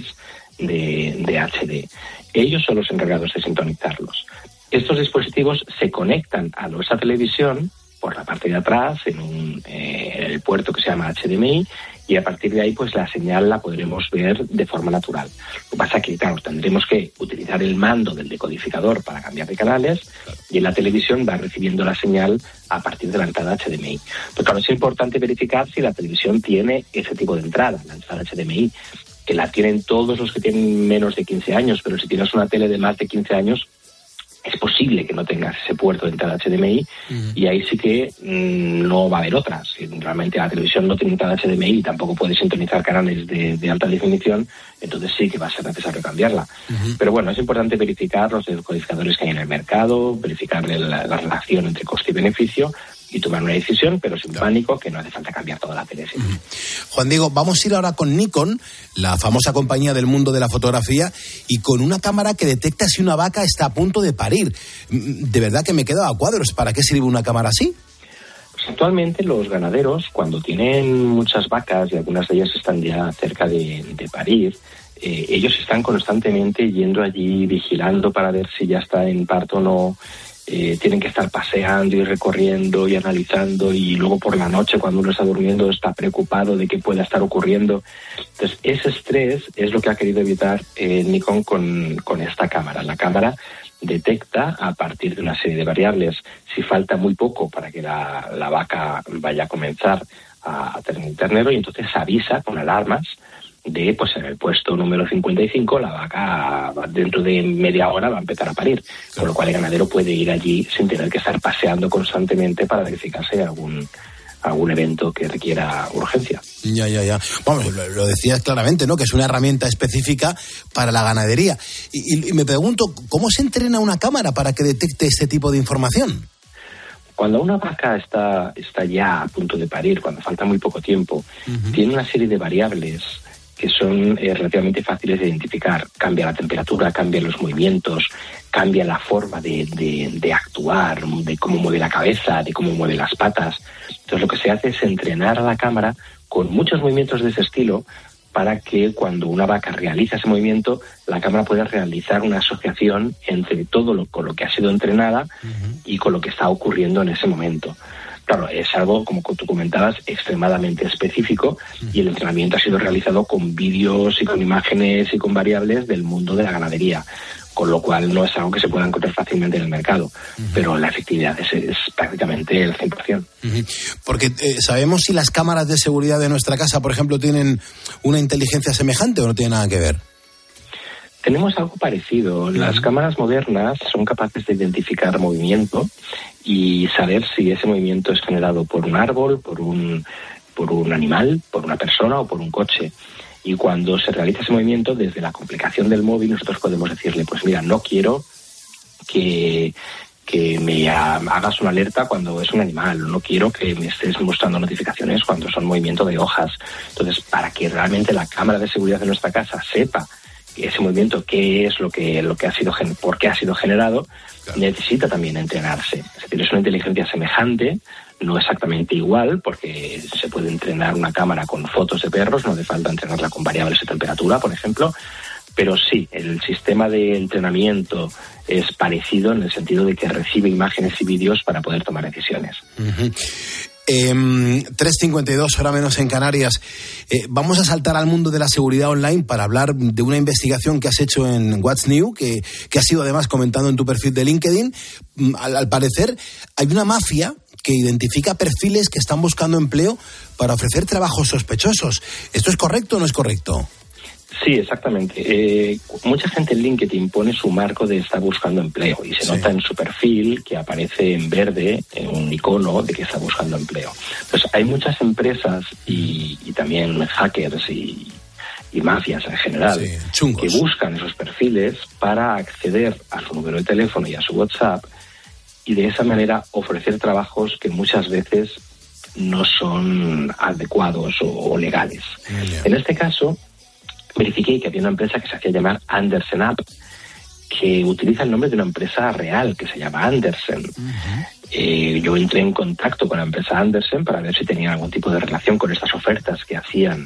de HD. Ellos son los encargados de sintonizarlos. Estos dispositivos se conectan a nuestra televisión por la parte de atrás en el puerto que se llama HDMI, y a partir de ahí pues la señal la podremos ver de forma natural. Lo que pasa es que, claro, tendremos que utilizar el mando del decodificador para cambiar de canales, y en la televisión va recibiendo la señal a partir de la entrada HDMI. Pero claro, es importante verificar si la televisión tiene ese tipo de entrada, la entrada HDMI, que la tienen todos los que tienen menos de 15 años, pero si tienes una tele de más de 15 años, es posible que no tengas ese puerto de entrada HDMI, y ahí sí que no va a haber otras. Si realmente la televisión no tiene entrada HDMI y tampoco puede sintonizar canales de alta definición, entonces sí que va a ser necesario cambiarla. Pero bueno, es importante verificar los decodificadores que hay en el mercado, verificar la relación entre coste y beneficio, y tomar una decisión, pero sin pánico, que no hace falta cambiar toda la tele. Juan Diego, vamos a ir ahora con Nikon, la famosa compañía del mundo de la fotografía, y con una cámara que detecta si una vaca está a punto de parir. De verdad que me quedo a cuadros. ¿Para qué sirve una cámara así? Pues actualmente los ganaderos, cuando tienen muchas vacas y algunas de ellas están ya cerca de parir, ellos están constantemente yendo allí, vigilando para ver si ya está en parto o no. Tienen que estar paseando y recorriendo y analizando, y luego por la noche cuando uno está durmiendo está preocupado de qué pueda estar ocurriendo. Entonces ese estrés es lo que ha querido evitar Nikon con esta cámara. La cámara detecta a partir de una serie de variables si falta muy poco para que la vaca vaya a comenzar a tener un ternero, y entonces avisa con alarmas de, pues en el puesto número 55 la vaca dentro de media hora va a empezar a parir, con lo cual el ganadero puede ir allí sin tener que estar paseando constantemente para verificar si hay algún evento que requiera urgencia. Ya. Vamos, lo decías claramente, ¿no? Que es una herramienta específica para la ganadería. Y me pregunto, ¿cómo se entrena una cámara para que detecte este tipo de información? Cuando una vaca está ya a punto de parir, cuando falta muy poco tiempo, tiene una serie de variables que son relativamente fáciles de identificar. Cambia la temperatura, cambian los movimientos, cambia la forma de actuar, de cómo mueve la cabeza, de cómo mueve las patas. Entonces lo que se hace es entrenar a la cámara con muchos movimientos de ese estilo, para que cuando una vaca realiza ese movimiento, la cámara pueda realizar una asociación entre con lo que ha sido entrenada y con lo que está ocurriendo en ese momento. Claro, es algo, como tú comentabas, extremadamente específico, y el entrenamiento ha sido realizado con vídeos y con imágenes y con variables del mundo de la ganadería, con lo cual no es algo que se pueda encontrar fácilmente en el mercado, pero la efectividad es prácticamente el 100%. Porque ¿sabemos si las cámaras de seguridad de nuestra casa, por ejemplo, tienen una inteligencia semejante o no tiene nada que ver? Tenemos algo parecido. Las cámaras modernas son capaces de identificar movimiento y saber si ese movimiento es generado por un árbol, por un animal, por una persona o por un coche. Y cuando se realiza ese movimiento, desde la complicación del móvil, nosotros podemos decirle, pues mira, no quiero que me hagas una alerta cuando es un animal, no quiero que me estés mostrando notificaciones cuando son movimiento de hojas. Entonces, para que realmente la cámara de seguridad de nuestra casa sepa ese movimiento, qué es lo que ha sido, por qué ha sido generado, necesita también entrenarse. Es decir, es una inteligencia semejante, no exactamente igual, porque se puede entrenar una cámara con fotos de perros, no hace falta entrenarla con variables de temperatura, por ejemplo, pero sí, el sistema de entrenamiento es parecido en el sentido de que recibe imágenes y vídeos para poder tomar decisiones. 3:52, hora menos en Canarias. Vamos a saltar al mundo de la seguridad online para hablar de una investigación que has hecho en What's New, que has ido además comentando en tu perfil de LinkedIn. Al parecer hay una mafia que identifica perfiles que están buscando empleo para ofrecer trabajos sospechosos. ¿Esto es correcto o no es correcto? Sí, exactamente. Mucha gente en LinkedIn pone su marco de estar buscando empleo y se nota en su perfil que aparece en verde un icono de que está buscando empleo. Entonces, hay muchas empresas y también hackers y mafias en general que buscan esos perfiles para acceder a su número de teléfono y a su WhatsApp, y de esa manera ofrecer trabajos que muchas veces no son adecuados o legales. En este caso, verifiqué que había una empresa que se hacía llamar Andersen App, que utiliza el nombre de una empresa real que se llama Andersen. Yo entré en contacto con la empresa Andersen para ver si tenían algún tipo de relación con estas ofertas que hacían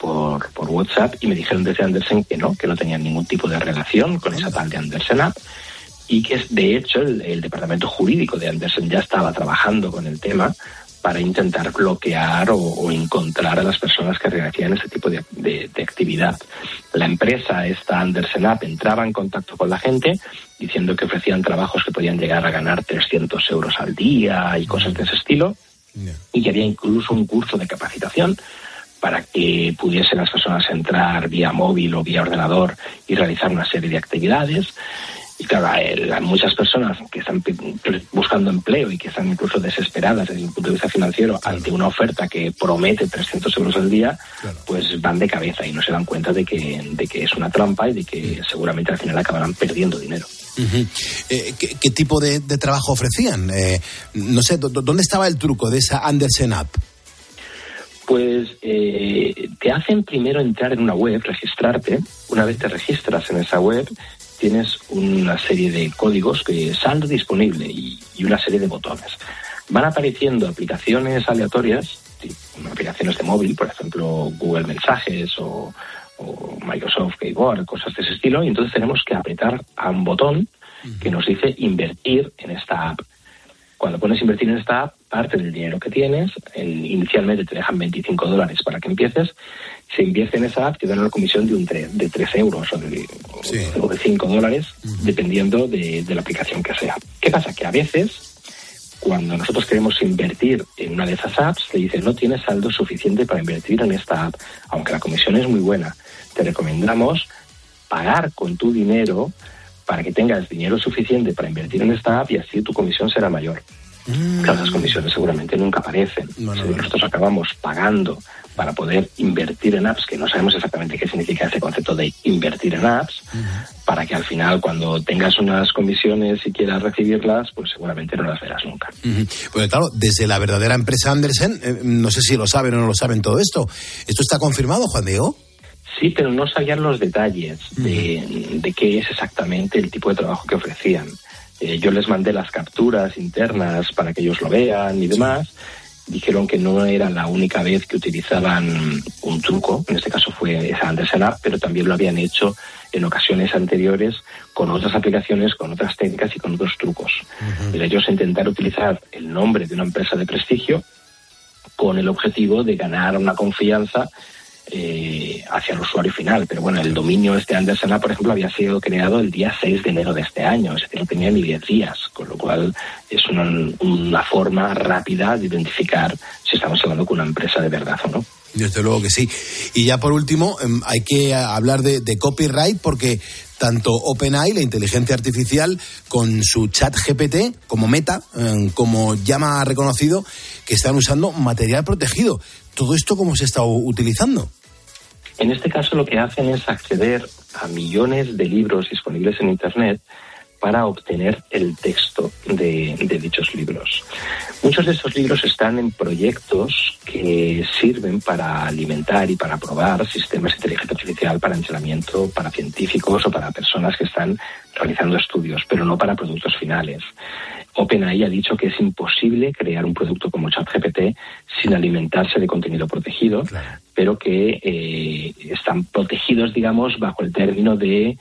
por WhatsApp y me dijeron desde Andersen que no tenían ningún tipo de relación con esa tal de Andersen App, y que de hecho el departamento jurídico de Andersen ya estaba trabajando con el tema para intentar bloquear o encontrar a las personas que realizan ese tipo de actividad. La empresa, esta Andersen App, entraba en contacto con la gente diciendo que ofrecían trabajos que podían llegar a ganar 300 euros al día y cosas de ese estilo, y que había incluso un curso de capacitación para que pudiesen las personas entrar vía móvil o vía ordenador y realizar una serie de actividades. Y claro, hay muchas personas que están buscando empleo y que están incluso desesperadas desde un punto de vista financiero ante una oferta que promete 300 euros al día, pues van de cabeza y no se dan cuenta de que es una trampa y de que seguramente al final acabarán perdiendo dinero. Uh-huh. ¿Qué tipo de trabajo ofrecían? No sé, ¿dónde estaba el truco de esa Andersen App? Pues te hacen primero entrar en una web, registrarte. Una vez te registras en esa web, tienes una serie de códigos que salen disponible y una serie de botones. Van apareciendo aplicaciones aleatorias, aplicaciones de móvil, por ejemplo, Google Mensajes o Microsoft Keyboard, cosas de ese estilo, y entonces tenemos que apretar a un botón que nos dice invertir en esta app. Cuando pones invertir en esta app, parte del dinero que tienes, inicialmente te dejan $25 para que empieces, se invierte en esa app, te dan una comisión de 3 euros o de $5, dependiendo de la aplicación que sea. ¿Qué pasa? Que a veces, cuando nosotros queremos invertir en una de esas apps, te dicen no tienes saldo suficiente para invertir en esta app, aunque la comisión es muy buena. Te recomendamos pagar con tu dinero para que tengas dinero suficiente para invertir en esta app y así tu comisión será mayor. Claro, las comisiones seguramente nunca aparecen. Nosotros acabamos pagando para poder invertir en apps, que no sabemos exactamente qué significa ese concepto de invertir en apps, para que al final, cuando tengas unas comisiones y quieras recibirlas, pues seguramente no las verás nunca. Pues claro, desde la verdadera empresa Andersen, no sé si lo saben o no lo saben todo esto. ¿Esto está confirmado, Juan Diego? Sí, pero no sabían los detalles de qué es exactamente el tipo de trabajo que ofrecían. Yo les mandé las capturas internas para que ellos lo vean y demás. Dijeron que no era la única vez que utilizaban un truco, en este caso fue esa Andersen App, pero también lo habían hecho en ocasiones anteriores con otras aplicaciones, con otras técnicas y con otros trucos. Ellos intentaron utilizar el nombre de una empresa de prestigio con el objetivo de ganar una confianza hacia el usuario final. Pero bueno, el dominio Andersen App, por ejemplo, había sido creado el día 6 de enero de este año, es decir, no tenía ni 10 días, con lo cual es una forma rápida de identificar si estamos hablando con una empresa de verdad o no. Desde luego que sí. Y ya por último, hay que hablar de copyright, porque tanto OpenAI, la inteligencia artificial, con su ChatGPT, como Meta, como llama reconocido, que están usando material protegido. ¿Todo esto cómo se está utilizando? En este caso lo que hacen es acceder a millones de libros disponibles en Internet para obtener el texto de dichos libros. Muchos de estos libros están en proyectos que sirven para alimentar y para probar sistemas de inteligencia artificial para entrenamiento, para científicos o para personas que están realizando estudios, pero no para productos finales. OpenAI ha dicho que es imposible crear un producto como ChatGPT sin alimentarse de contenido protegido, pero que están protegidos, digamos, bajo el término de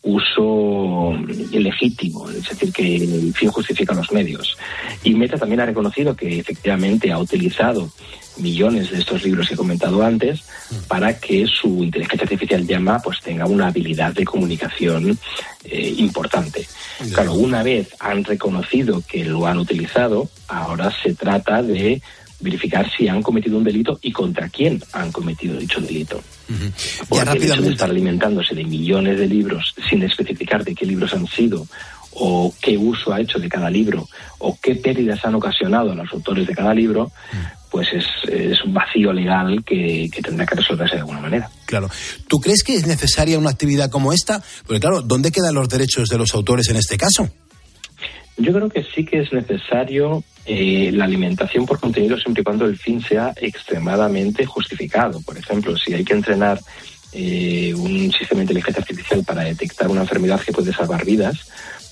uso ilegítimo, es decir, que el fin justifica los medios. Y Meta también ha reconocido que efectivamente ha utilizado millones de estos libros que he comentado antes para que su inteligencia artificial llama pues tenga una habilidad de comunicación importante. Claro, una vez han reconocido que lo han utilizado, ahora se trata de verificar si han cometido un delito y contra quién han cometido dicho delito. Porque el hecho de estar alimentándose de millones de libros sin especificar de qué libros han sido, o qué uso ha hecho de cada libro, o qué pérdidas han ocasionado a los autores de cada libro, pues es un vacío legal que tendrá que resolverse de alguna manera. Claro. ¿Tú crees que es necesaria una actividad como esta? Porque claro, ¿dónde quedan los derechos de los autores en este caso? Yo creo que sí que es necesario la alimentación por contenido siempre y cuando el fin sea extremadamente justificado. Por ejemplo, si hay que entrenar un sistema de inteligencia artificial para detectar una enfermedad que puede salvar vidas,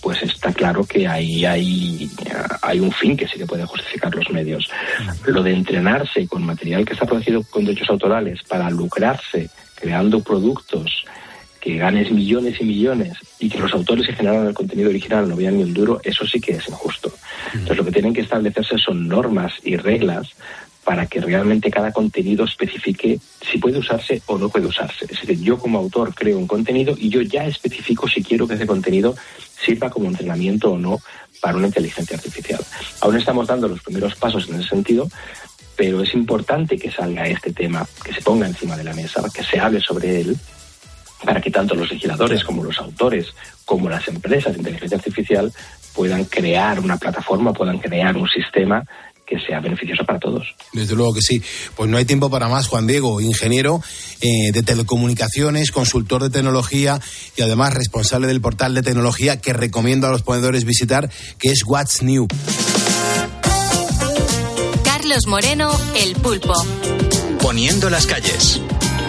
pues está claro que hay un fin que sí que puede justificar los medios. Lo de entrenarse con material que está protegido con derechos autorales para lucrarse creando productos que ganes millones y millones y que los autores que generaron el contenido original no vean ni un duro, eso sí que es injusto. Entonces lo que tienen que establecerse son normas y reglas para que realmente cada contenido especifique si puede usarse o no puede usarse. Es decir, yo como autor creo un contenido y yo ya especifico si quiero que ese contenido sirva como entrenamiento o no para una inteligencia artificial. Aún estamos dando los primeros pasos en ese sentido, pero es importante que salga este tema, que se ponga encima de la mesa, que se hable sobre él, para que tanto los legisladores como los autores, como las empresas de inteligencia artificial puedan crear una plataforma, puedan crear un sistema que sea beneficioso para todos. Desde luego que sí. Pues no hay tiempo para más, Juan Diego, ingeniero de telecomunicaciones, consultor de tecnología y además responsable del portal de tecnología que recomiendo a los ponedores visitar, que es What's New. Carlos Moreno, El Pulpo. Poniendo las calles.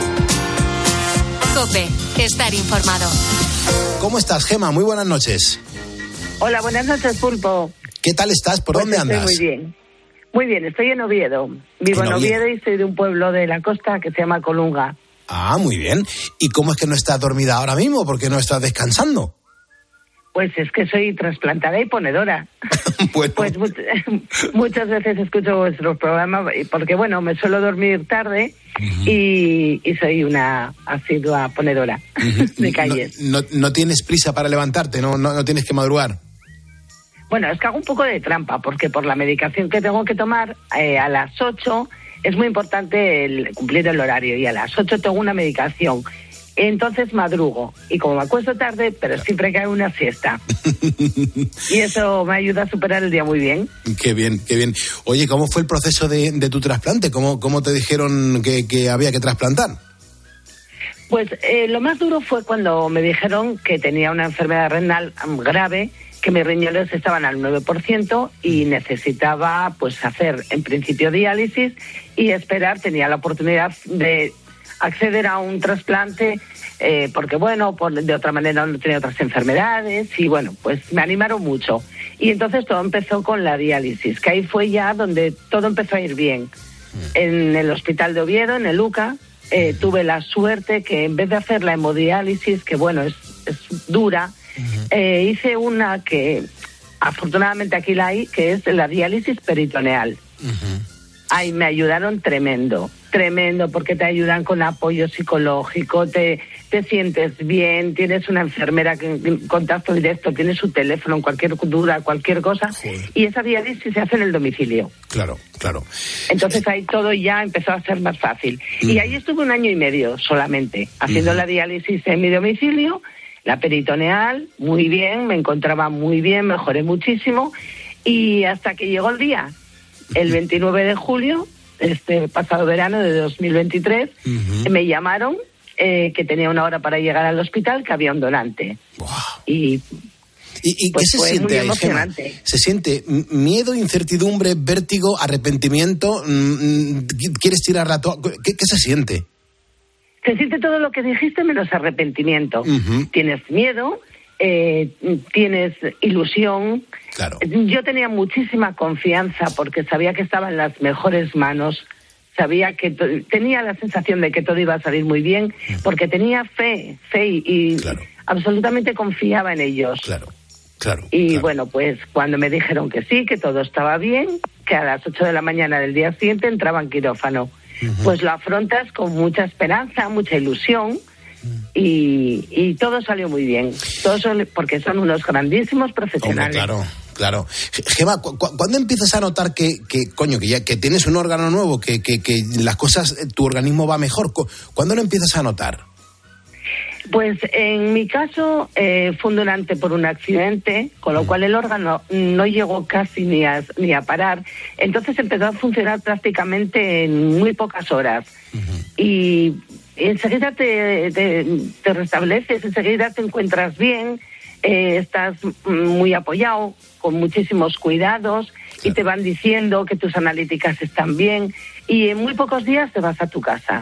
COPE, estar informado. ¿Cómo estás, Gema? Muy buenas noches. Hola, buenas noches, Pulpo. ¿Qué tal estás? ¿Por dónde andas? Estoy muy bien. Muy bien, estoy en Oviedo. Vivo en Oviedo y soy de un pueblo de la costa que se llama Colunga. Ah, muy bien. ¿Y cómo es que no estás dormida ahora mismo? ¿Por qué no estás descansando? Pues es que soy trasplantada y ponedora. Bueno. Pues muchas veces escucho vuestros programas porque, bueno, me suelo dormir tarde y soy una asidua ponedora de calles. No tienes prisa para levantarte, no tienes que madrugar. Bueno, es que hago un poco de trampa, porque por la medicación que tengo que tomar a las 8 es muy importante cumplir el horario, y a las 8 tengo una medicación. Entonces madrugo, y como me acuesto tarde, pero siempre cae una siesta. Y eso me ayuda a superar el día muy bien. Qué bien, qué bien. Oye, ¿cómo fue el proceso de tu trasplante? ¿Cómo te dijeron que había que trasplantar? Pues lo más duro fue cuando me dijeron que tenía una enfermedad renal grave, que mis riñones estaban al 9% y necesitaba pues hacer en principio diálisis y esperar, tenía la oportunidad de acceder a un trasplante porque bueno, de otra manera no tenía otras enfermedades y bueno, pues me animaron mucho. Y entonces todo empezó con la diálisis, que ahí fue ya donde todo empezó a ir bien. En el hospital de Oviedo, en el UCA, tuve la suerte que en vez de hacer la hemodiálisis, que bueno, es dura, hice una que afortunadamente aquí la hay, que es la diálisis peritoneal. Ay, me ayudaron tremendo, porque te ayudan con apoyo psicológico, te sientes bien, tienes una enfermera en contacto directo, tienes su teléfono en cualquier duda, cualquier cosa, y esa diálisis se hace en el domicilio. Claro. Entonces ahí todo ya empezó a ser más fácil. Y ahí estuve 1 año y medio solamente, haciendo la diálisis en mi domicilio. La peritoneal, muy bien, me encontraba muy bien, mejoré muchísimo, y hasta que llegó el día, el 29 de julio, este pasado verano de 2023, me llamaron que tenía 1 hora para llegar al hospital, que había un donante. Wow. ¿Y pues qué se siente ahí, Gema? ¿Se siente miedo, incertidumbre, vértigo, arrepentimiento? ¿Quieres tirar la toalla? ¿Qué se siente? Se siente todo lo que dijiste menos arrepentimiento. Tienes miedo, tienes ilusión. Claro. Yo tenía muchísima confianza porque sabía que estaba en las mejores manos, sabía que tenía la sensación de que todo iba a salir muy bien, porque tenía fe y claro, absolutamente confiaba en ellos. Claro. Y bueno, pues cuando me dijeron que sí, que todo estaba bien, que a las 8 de la mañana del día siguiente entraba en quirófano. Pues lo afrontas con mucha esperanza, mucha ilusión y todo salió muy bien. Porque son unos grandísimos profesionales. Hombre, claro. Gema, ¿cuándo empiezas a notar que tienes un órgano nuevo, que las cosas, tu organismo va mejor? ¿Cuándo lo empiezas a notar? Pues en mi caso fue un donante por un accidente, con lo cual el órgano no llegó casi ni a parar. Entonces empezó a funcionar prácticamente en muy pocas horas. Y enseguida te restableces, enseguida te encuentras bien, estás muy apoyado, con muchísimos cuidados, y te van diciendo que tus analíticas están bien, y en muy pocos días te vas a tu casa.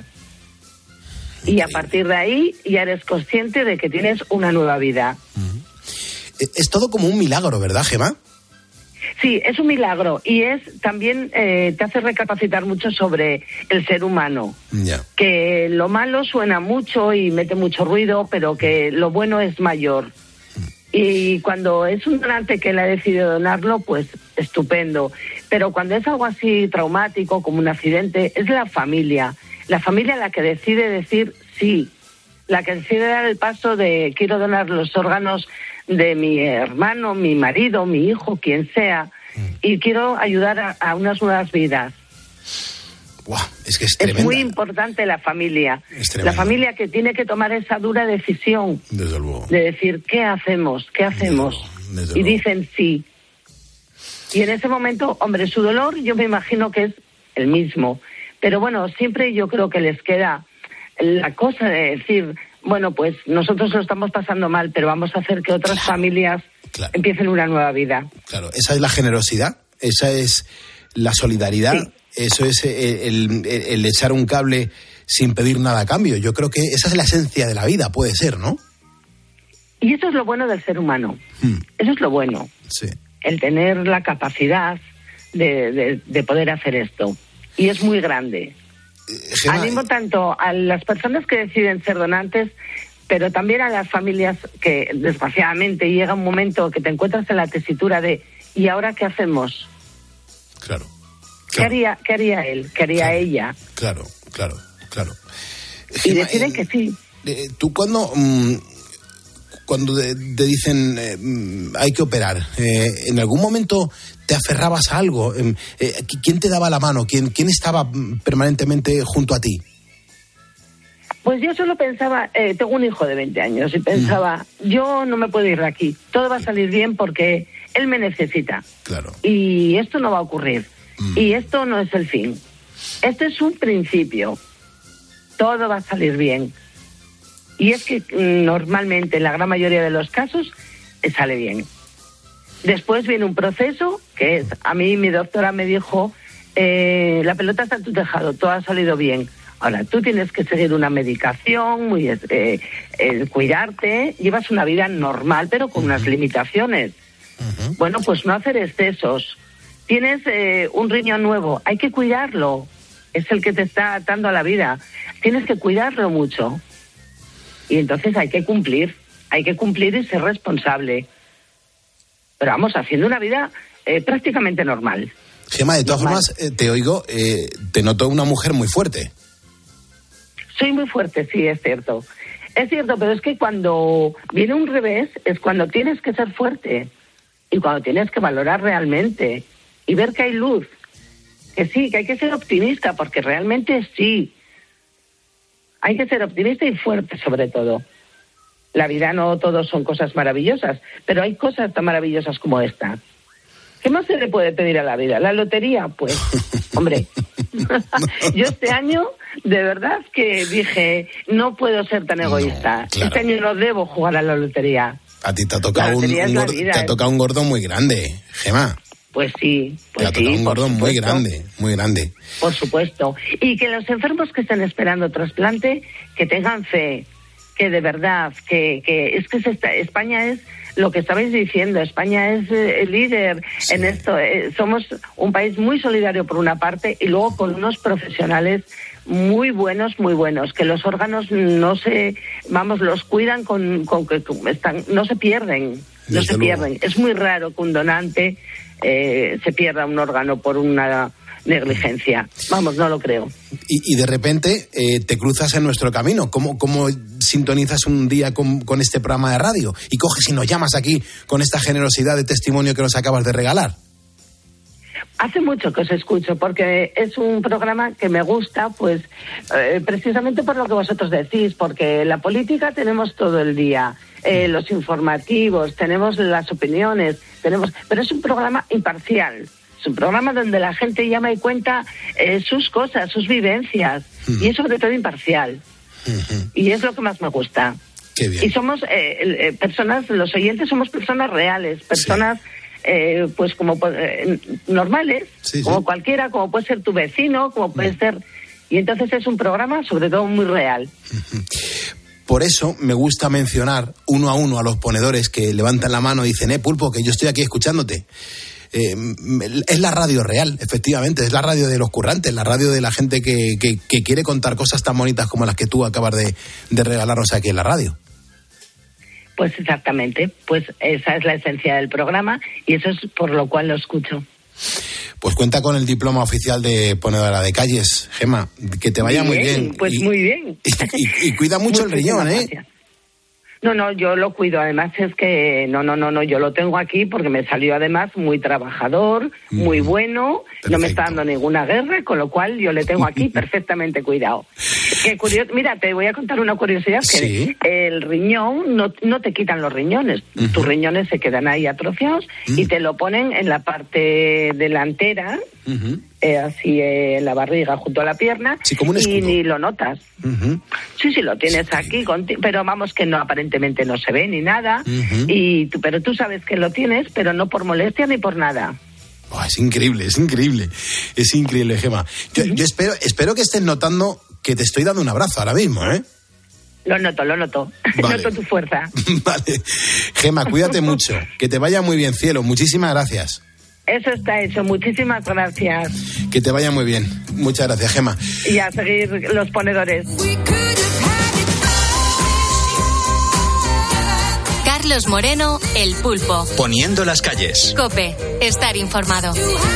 Y a partir de ahí ya eres consciente de que tienes una nueva vida. Es todo como un milagro, ¿verdad, Gemma? Sí, es un milagro y también te hace recapacitar mucho sobre el ser humano. Ya. Que lo malo suena mucho y mete mucho ruido, pero que lo bueno es mayor. Y cuando es un donante que él ha decidido donarlo, pues estupendo. Pero cuando es algo así traumático, como un accidente, es la familia la que decide decir sí, la que decide dar el paso de quiero donar los órganos de mi hermano, mi marido, mi hijo, quien sea, y quiero ayudar a unas nuevas vidas. Wow, es que es tremenda. Es muy importante la familia. La familia que tiene que tomar esa dura decisión. Desde luego. De decir, ¿qué hacemos? ¿Qué hacemos? Desde y luego. dicen sí. Y en ese momento, hombre, su dolor yo me imagino que es el mismo. Pero bueno, siempre yo creo que les queda la cosa de decir, bueno, pues nosotros lo estamos pasando mal, pero vamos a hacer que otras familias empiecen una nueva vida. Claro, esa es la generosidad, esa es la solidaridad, eso es el echar un cable sin pedir nada a cambio. Yo creo que esa es la esencia de la vida, puede ser, ¿no? Y eso es lo bueno del ser humano. Eso es lo bueno. Sí. El tener la capacidad de poder hacer esto. Y es muy grande. Animo tanto a las personas que deciden ser donantes, pero también a las familias que, desgraciadamente, llega un momento que te encuentras en la tesitura de ¿y ahora qué hacemos? Claro. ¿Qué haría él? ¿Qué haría ella? Claro. Y deciden que sí. ¿Tú cuando te dicen hay que operar, en algún momento te aferrabas a algo? ¿Quién te daba la mano? ¿Quién estaba permanentemente junto a ti? Pues yo solo pensaba, tengo un hijo de 20 años y pensaba, yo no me puedo ir de aquí, todo va a salir bien porque él me necesita. Claro. Y esto no va a ocurrir. Y esto no es el fin. Este es un principio. Todo va a salir bien. Y es que normalmente, en la gran mayoría de los casos, sale bien. Después viene un proceso que es, a mí mi doctora me dijo, la pelota está en tu tejado, todo ha salido bien. Ahora, tú tienes que seguir una medicación, cuidarte, llevas una vida normal, pero con unas limitaciones. Bueno, pues no hacer excesos. Tienes un riñón nuevo, hay que cuidarlo. Es el que te está atando a la vida. Tienes que cuidarlo mucho. Y entonces hay que cumplir y ser responsable. Pero vamos, haciendo una vida prácticamente normal. Gemma, de todas formas, te oigo, te noto una mujer muy fuerte. Soy muy fuerte, sí, es cierto. Es cierto, pero es que cuando viene un revés es cuando tienes que ser fuerte y cuando tienes que valorar realmente y ver que hay luz. Que sí, que hay que ser optimista, porque realmente sí. Hay que ser optimista y fuerte, sobre todo. La vida no todos son cosas maravillosas, pero hay cosas tan maravillosas como esta. ¿Qué más se le puede pedir a la vida? ¿La lotería? Pues, hombre, yo este año de verdad que dije, no puedo ser tan egoísta. Claro. Este año no debo jugar a la lotería. A ti te ha tocado un gordo muy grande, Gemma. Pues sí, te ha tocado un gordo muy grande, muy grande. Por supuesto. Y que los enfermos que estén esperando trasplante, que tengan fe, que de verdad, que es que España es lo que estabais diciendo, España es el líder en esto. Somos un país muy solidario por una parte y luego con unos profesionales muy buenos, que los órganos los cuidan no se pierden, Es muy raro que un donante se pierda un órgano por una negligencia. Vamos, no lo creo. Y de repente te cruzas en nuestro camino. ¿Cómo sintonizas un día con este programa de radio? Y coges y nos llamas aquí con esta generosidad de testimonio que nos acabas de regalar. Hace mucho que os escucho, porque es un programa que me gusta, pues precisamente por lo que vosotros decís, porque la política tenemos todo el día, los informativos, tenemos las opiniones, pero es un programa imparcial. Es un programa donde la gente llama y cuenta sus cosas, sus vivencias, y es sobre todo imparcial. Y es lo que más me gusta. Qué bien. Y somos personas, los oyentes somos personas reales, personas pues como normales, como cualquiera, como puede ser tu vecino, como puede ser... Y entonces es un programa sobre todo muy real. Por eso me gusta mencionar uno a uno a los ponedores que levantan la mano y dicen, Pulpo, que yo estoy aquí escuchándote. Es la radio real, efectivamente, es la radio de los currantes, la radio de la gente que quiere contar cosas tan bonitas como las que tú acabas de regalarnos aquí en la radio. Pues exactamente, pues esa es la esencia del programa y eso es por lo cual lo escucho. Pues cuenta con el diploma oficial de ponedora de calles, Gemma, que te vaya muy bien. Pues muy bien. Y cuida mucho el riñón, ¿eh? Gracias. No, yo lo cuido. Además es que no, yo lo tengo aquí porque me salió además muy trabajador, muy bueno, perfecto. No me está dando ninguna guerra, con lo cual yo le tengo aquí perfectamente cuidado. Qué curioso. Mira, te voy a contar una curiosidad, que ¿sí? El riñón, no te quitan los riñones, tus riñones se quedan ahí atrofiados y te lo ponen en la parte delantera, así en la barriga junto a la pierna, sí, como un escudo. Y ni lo notas. Sí, lo tienes aquí, pero vamos que no, aparentemente no se ve ni nada, pero tú sabes que lo tienes, pero no por molestia ni por nada. Oh, es increíble, Gemma. Yo espero que estés notando que te estoy dando un abrazo ahora mismo, ¿eh? Lo noto. Vale. Noto tu fuerza. Vale. Gemma, cuídate mucho. Que te vaya muy bien, cielo. Muchísimas gracias. Eso está hecho. Muchísimas gracias. Que te vaya muy bien. Muchas gracias, Gemma. Y a seguir los ponedores. Carlos Moreno, El Pulpo. Poniendo las calles. COPE. Estar informado.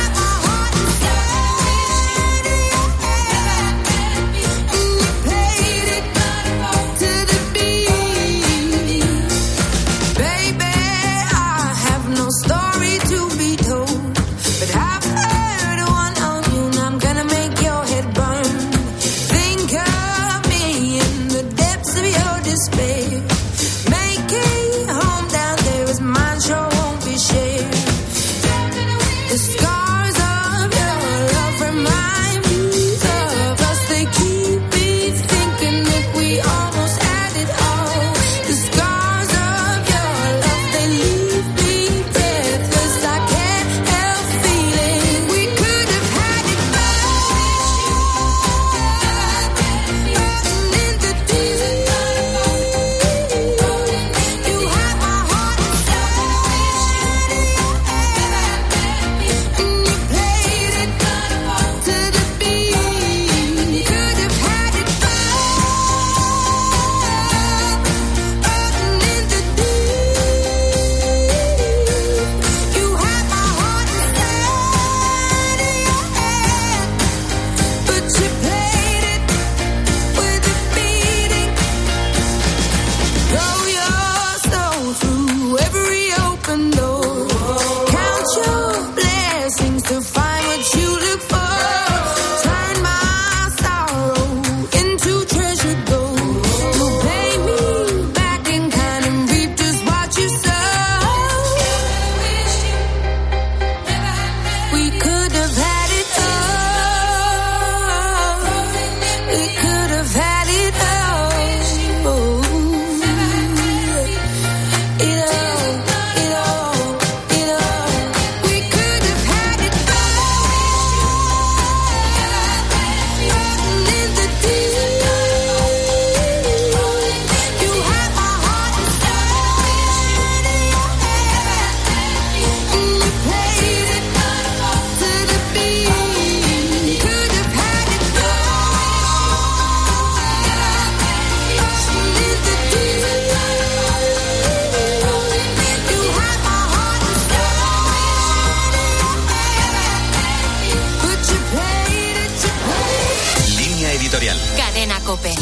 Cadena COPE.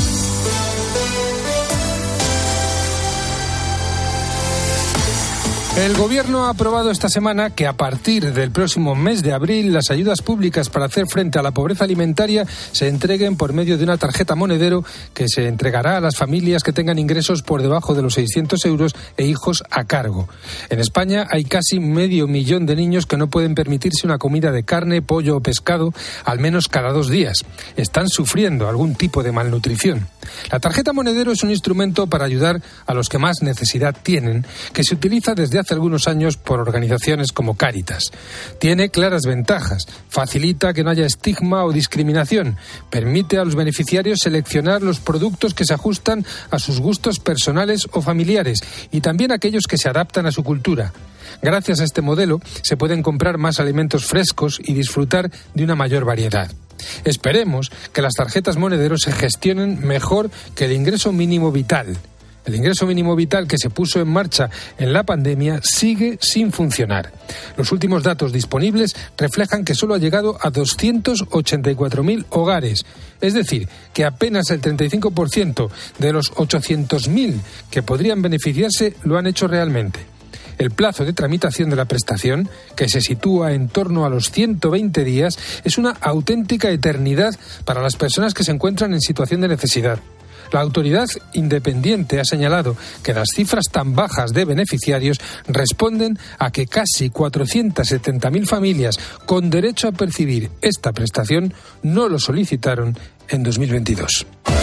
El Gobierno ha aprobado esta semana que a partir del próximo mes de abril las ayudas públicas para hacer frente a la pobreza alimentaria se entreguen por medio de una tarjeta monedero que se entregará a las familias que tengan ingresos por debajo de los 600 euros e hijos a cargo. En España hay casi 500.000 de niños que no pueden permitirse una comida de carne, pollo o pescado al menos cada 2 días. Están sufriendo algún tipo de malnutrición. La tarjeta monedero es un instrumento para ayudar a los que más necesidad tienen, que se utiliza desde hace hace algunos años por organizaciones como Cáritas. Tiene claras ventajas, facilita que no haya estigma o discriminación, permite a los beneficiarios seleccionar los productos que se ajustan a sus gustos personales o familiares y también aquellos que se adaptan a su cultura. Gracias a este modelo se pueden comprar más alimentos frescos y disfrutar de una mayor variedad. Esperemos que las tarjetas Monedero se gestionen mejor que el ingreso mínimo vital. El ingreso mínimo vital que se puso en marcha en la pandemia sigue sin funcionar. Los últimos datos disponibles reflejan que solo ha llegado a 284.000 hogares. Es decir, que apenas el 35% de los 800.000 que podrían beneficiarse lo han hecho realmente. El plazo de tramitación de la prestación, que se sitúa en torno a los 120 días, es una auténtica eternidad para las personas que se encuentran en situación de necesidad. La autoridad independiente ha señalado que las cifras tan bajas de beneficiarios responden a que casi 470.000 familias con derecho a percibir esta prestación no lo solicitaron en 2022.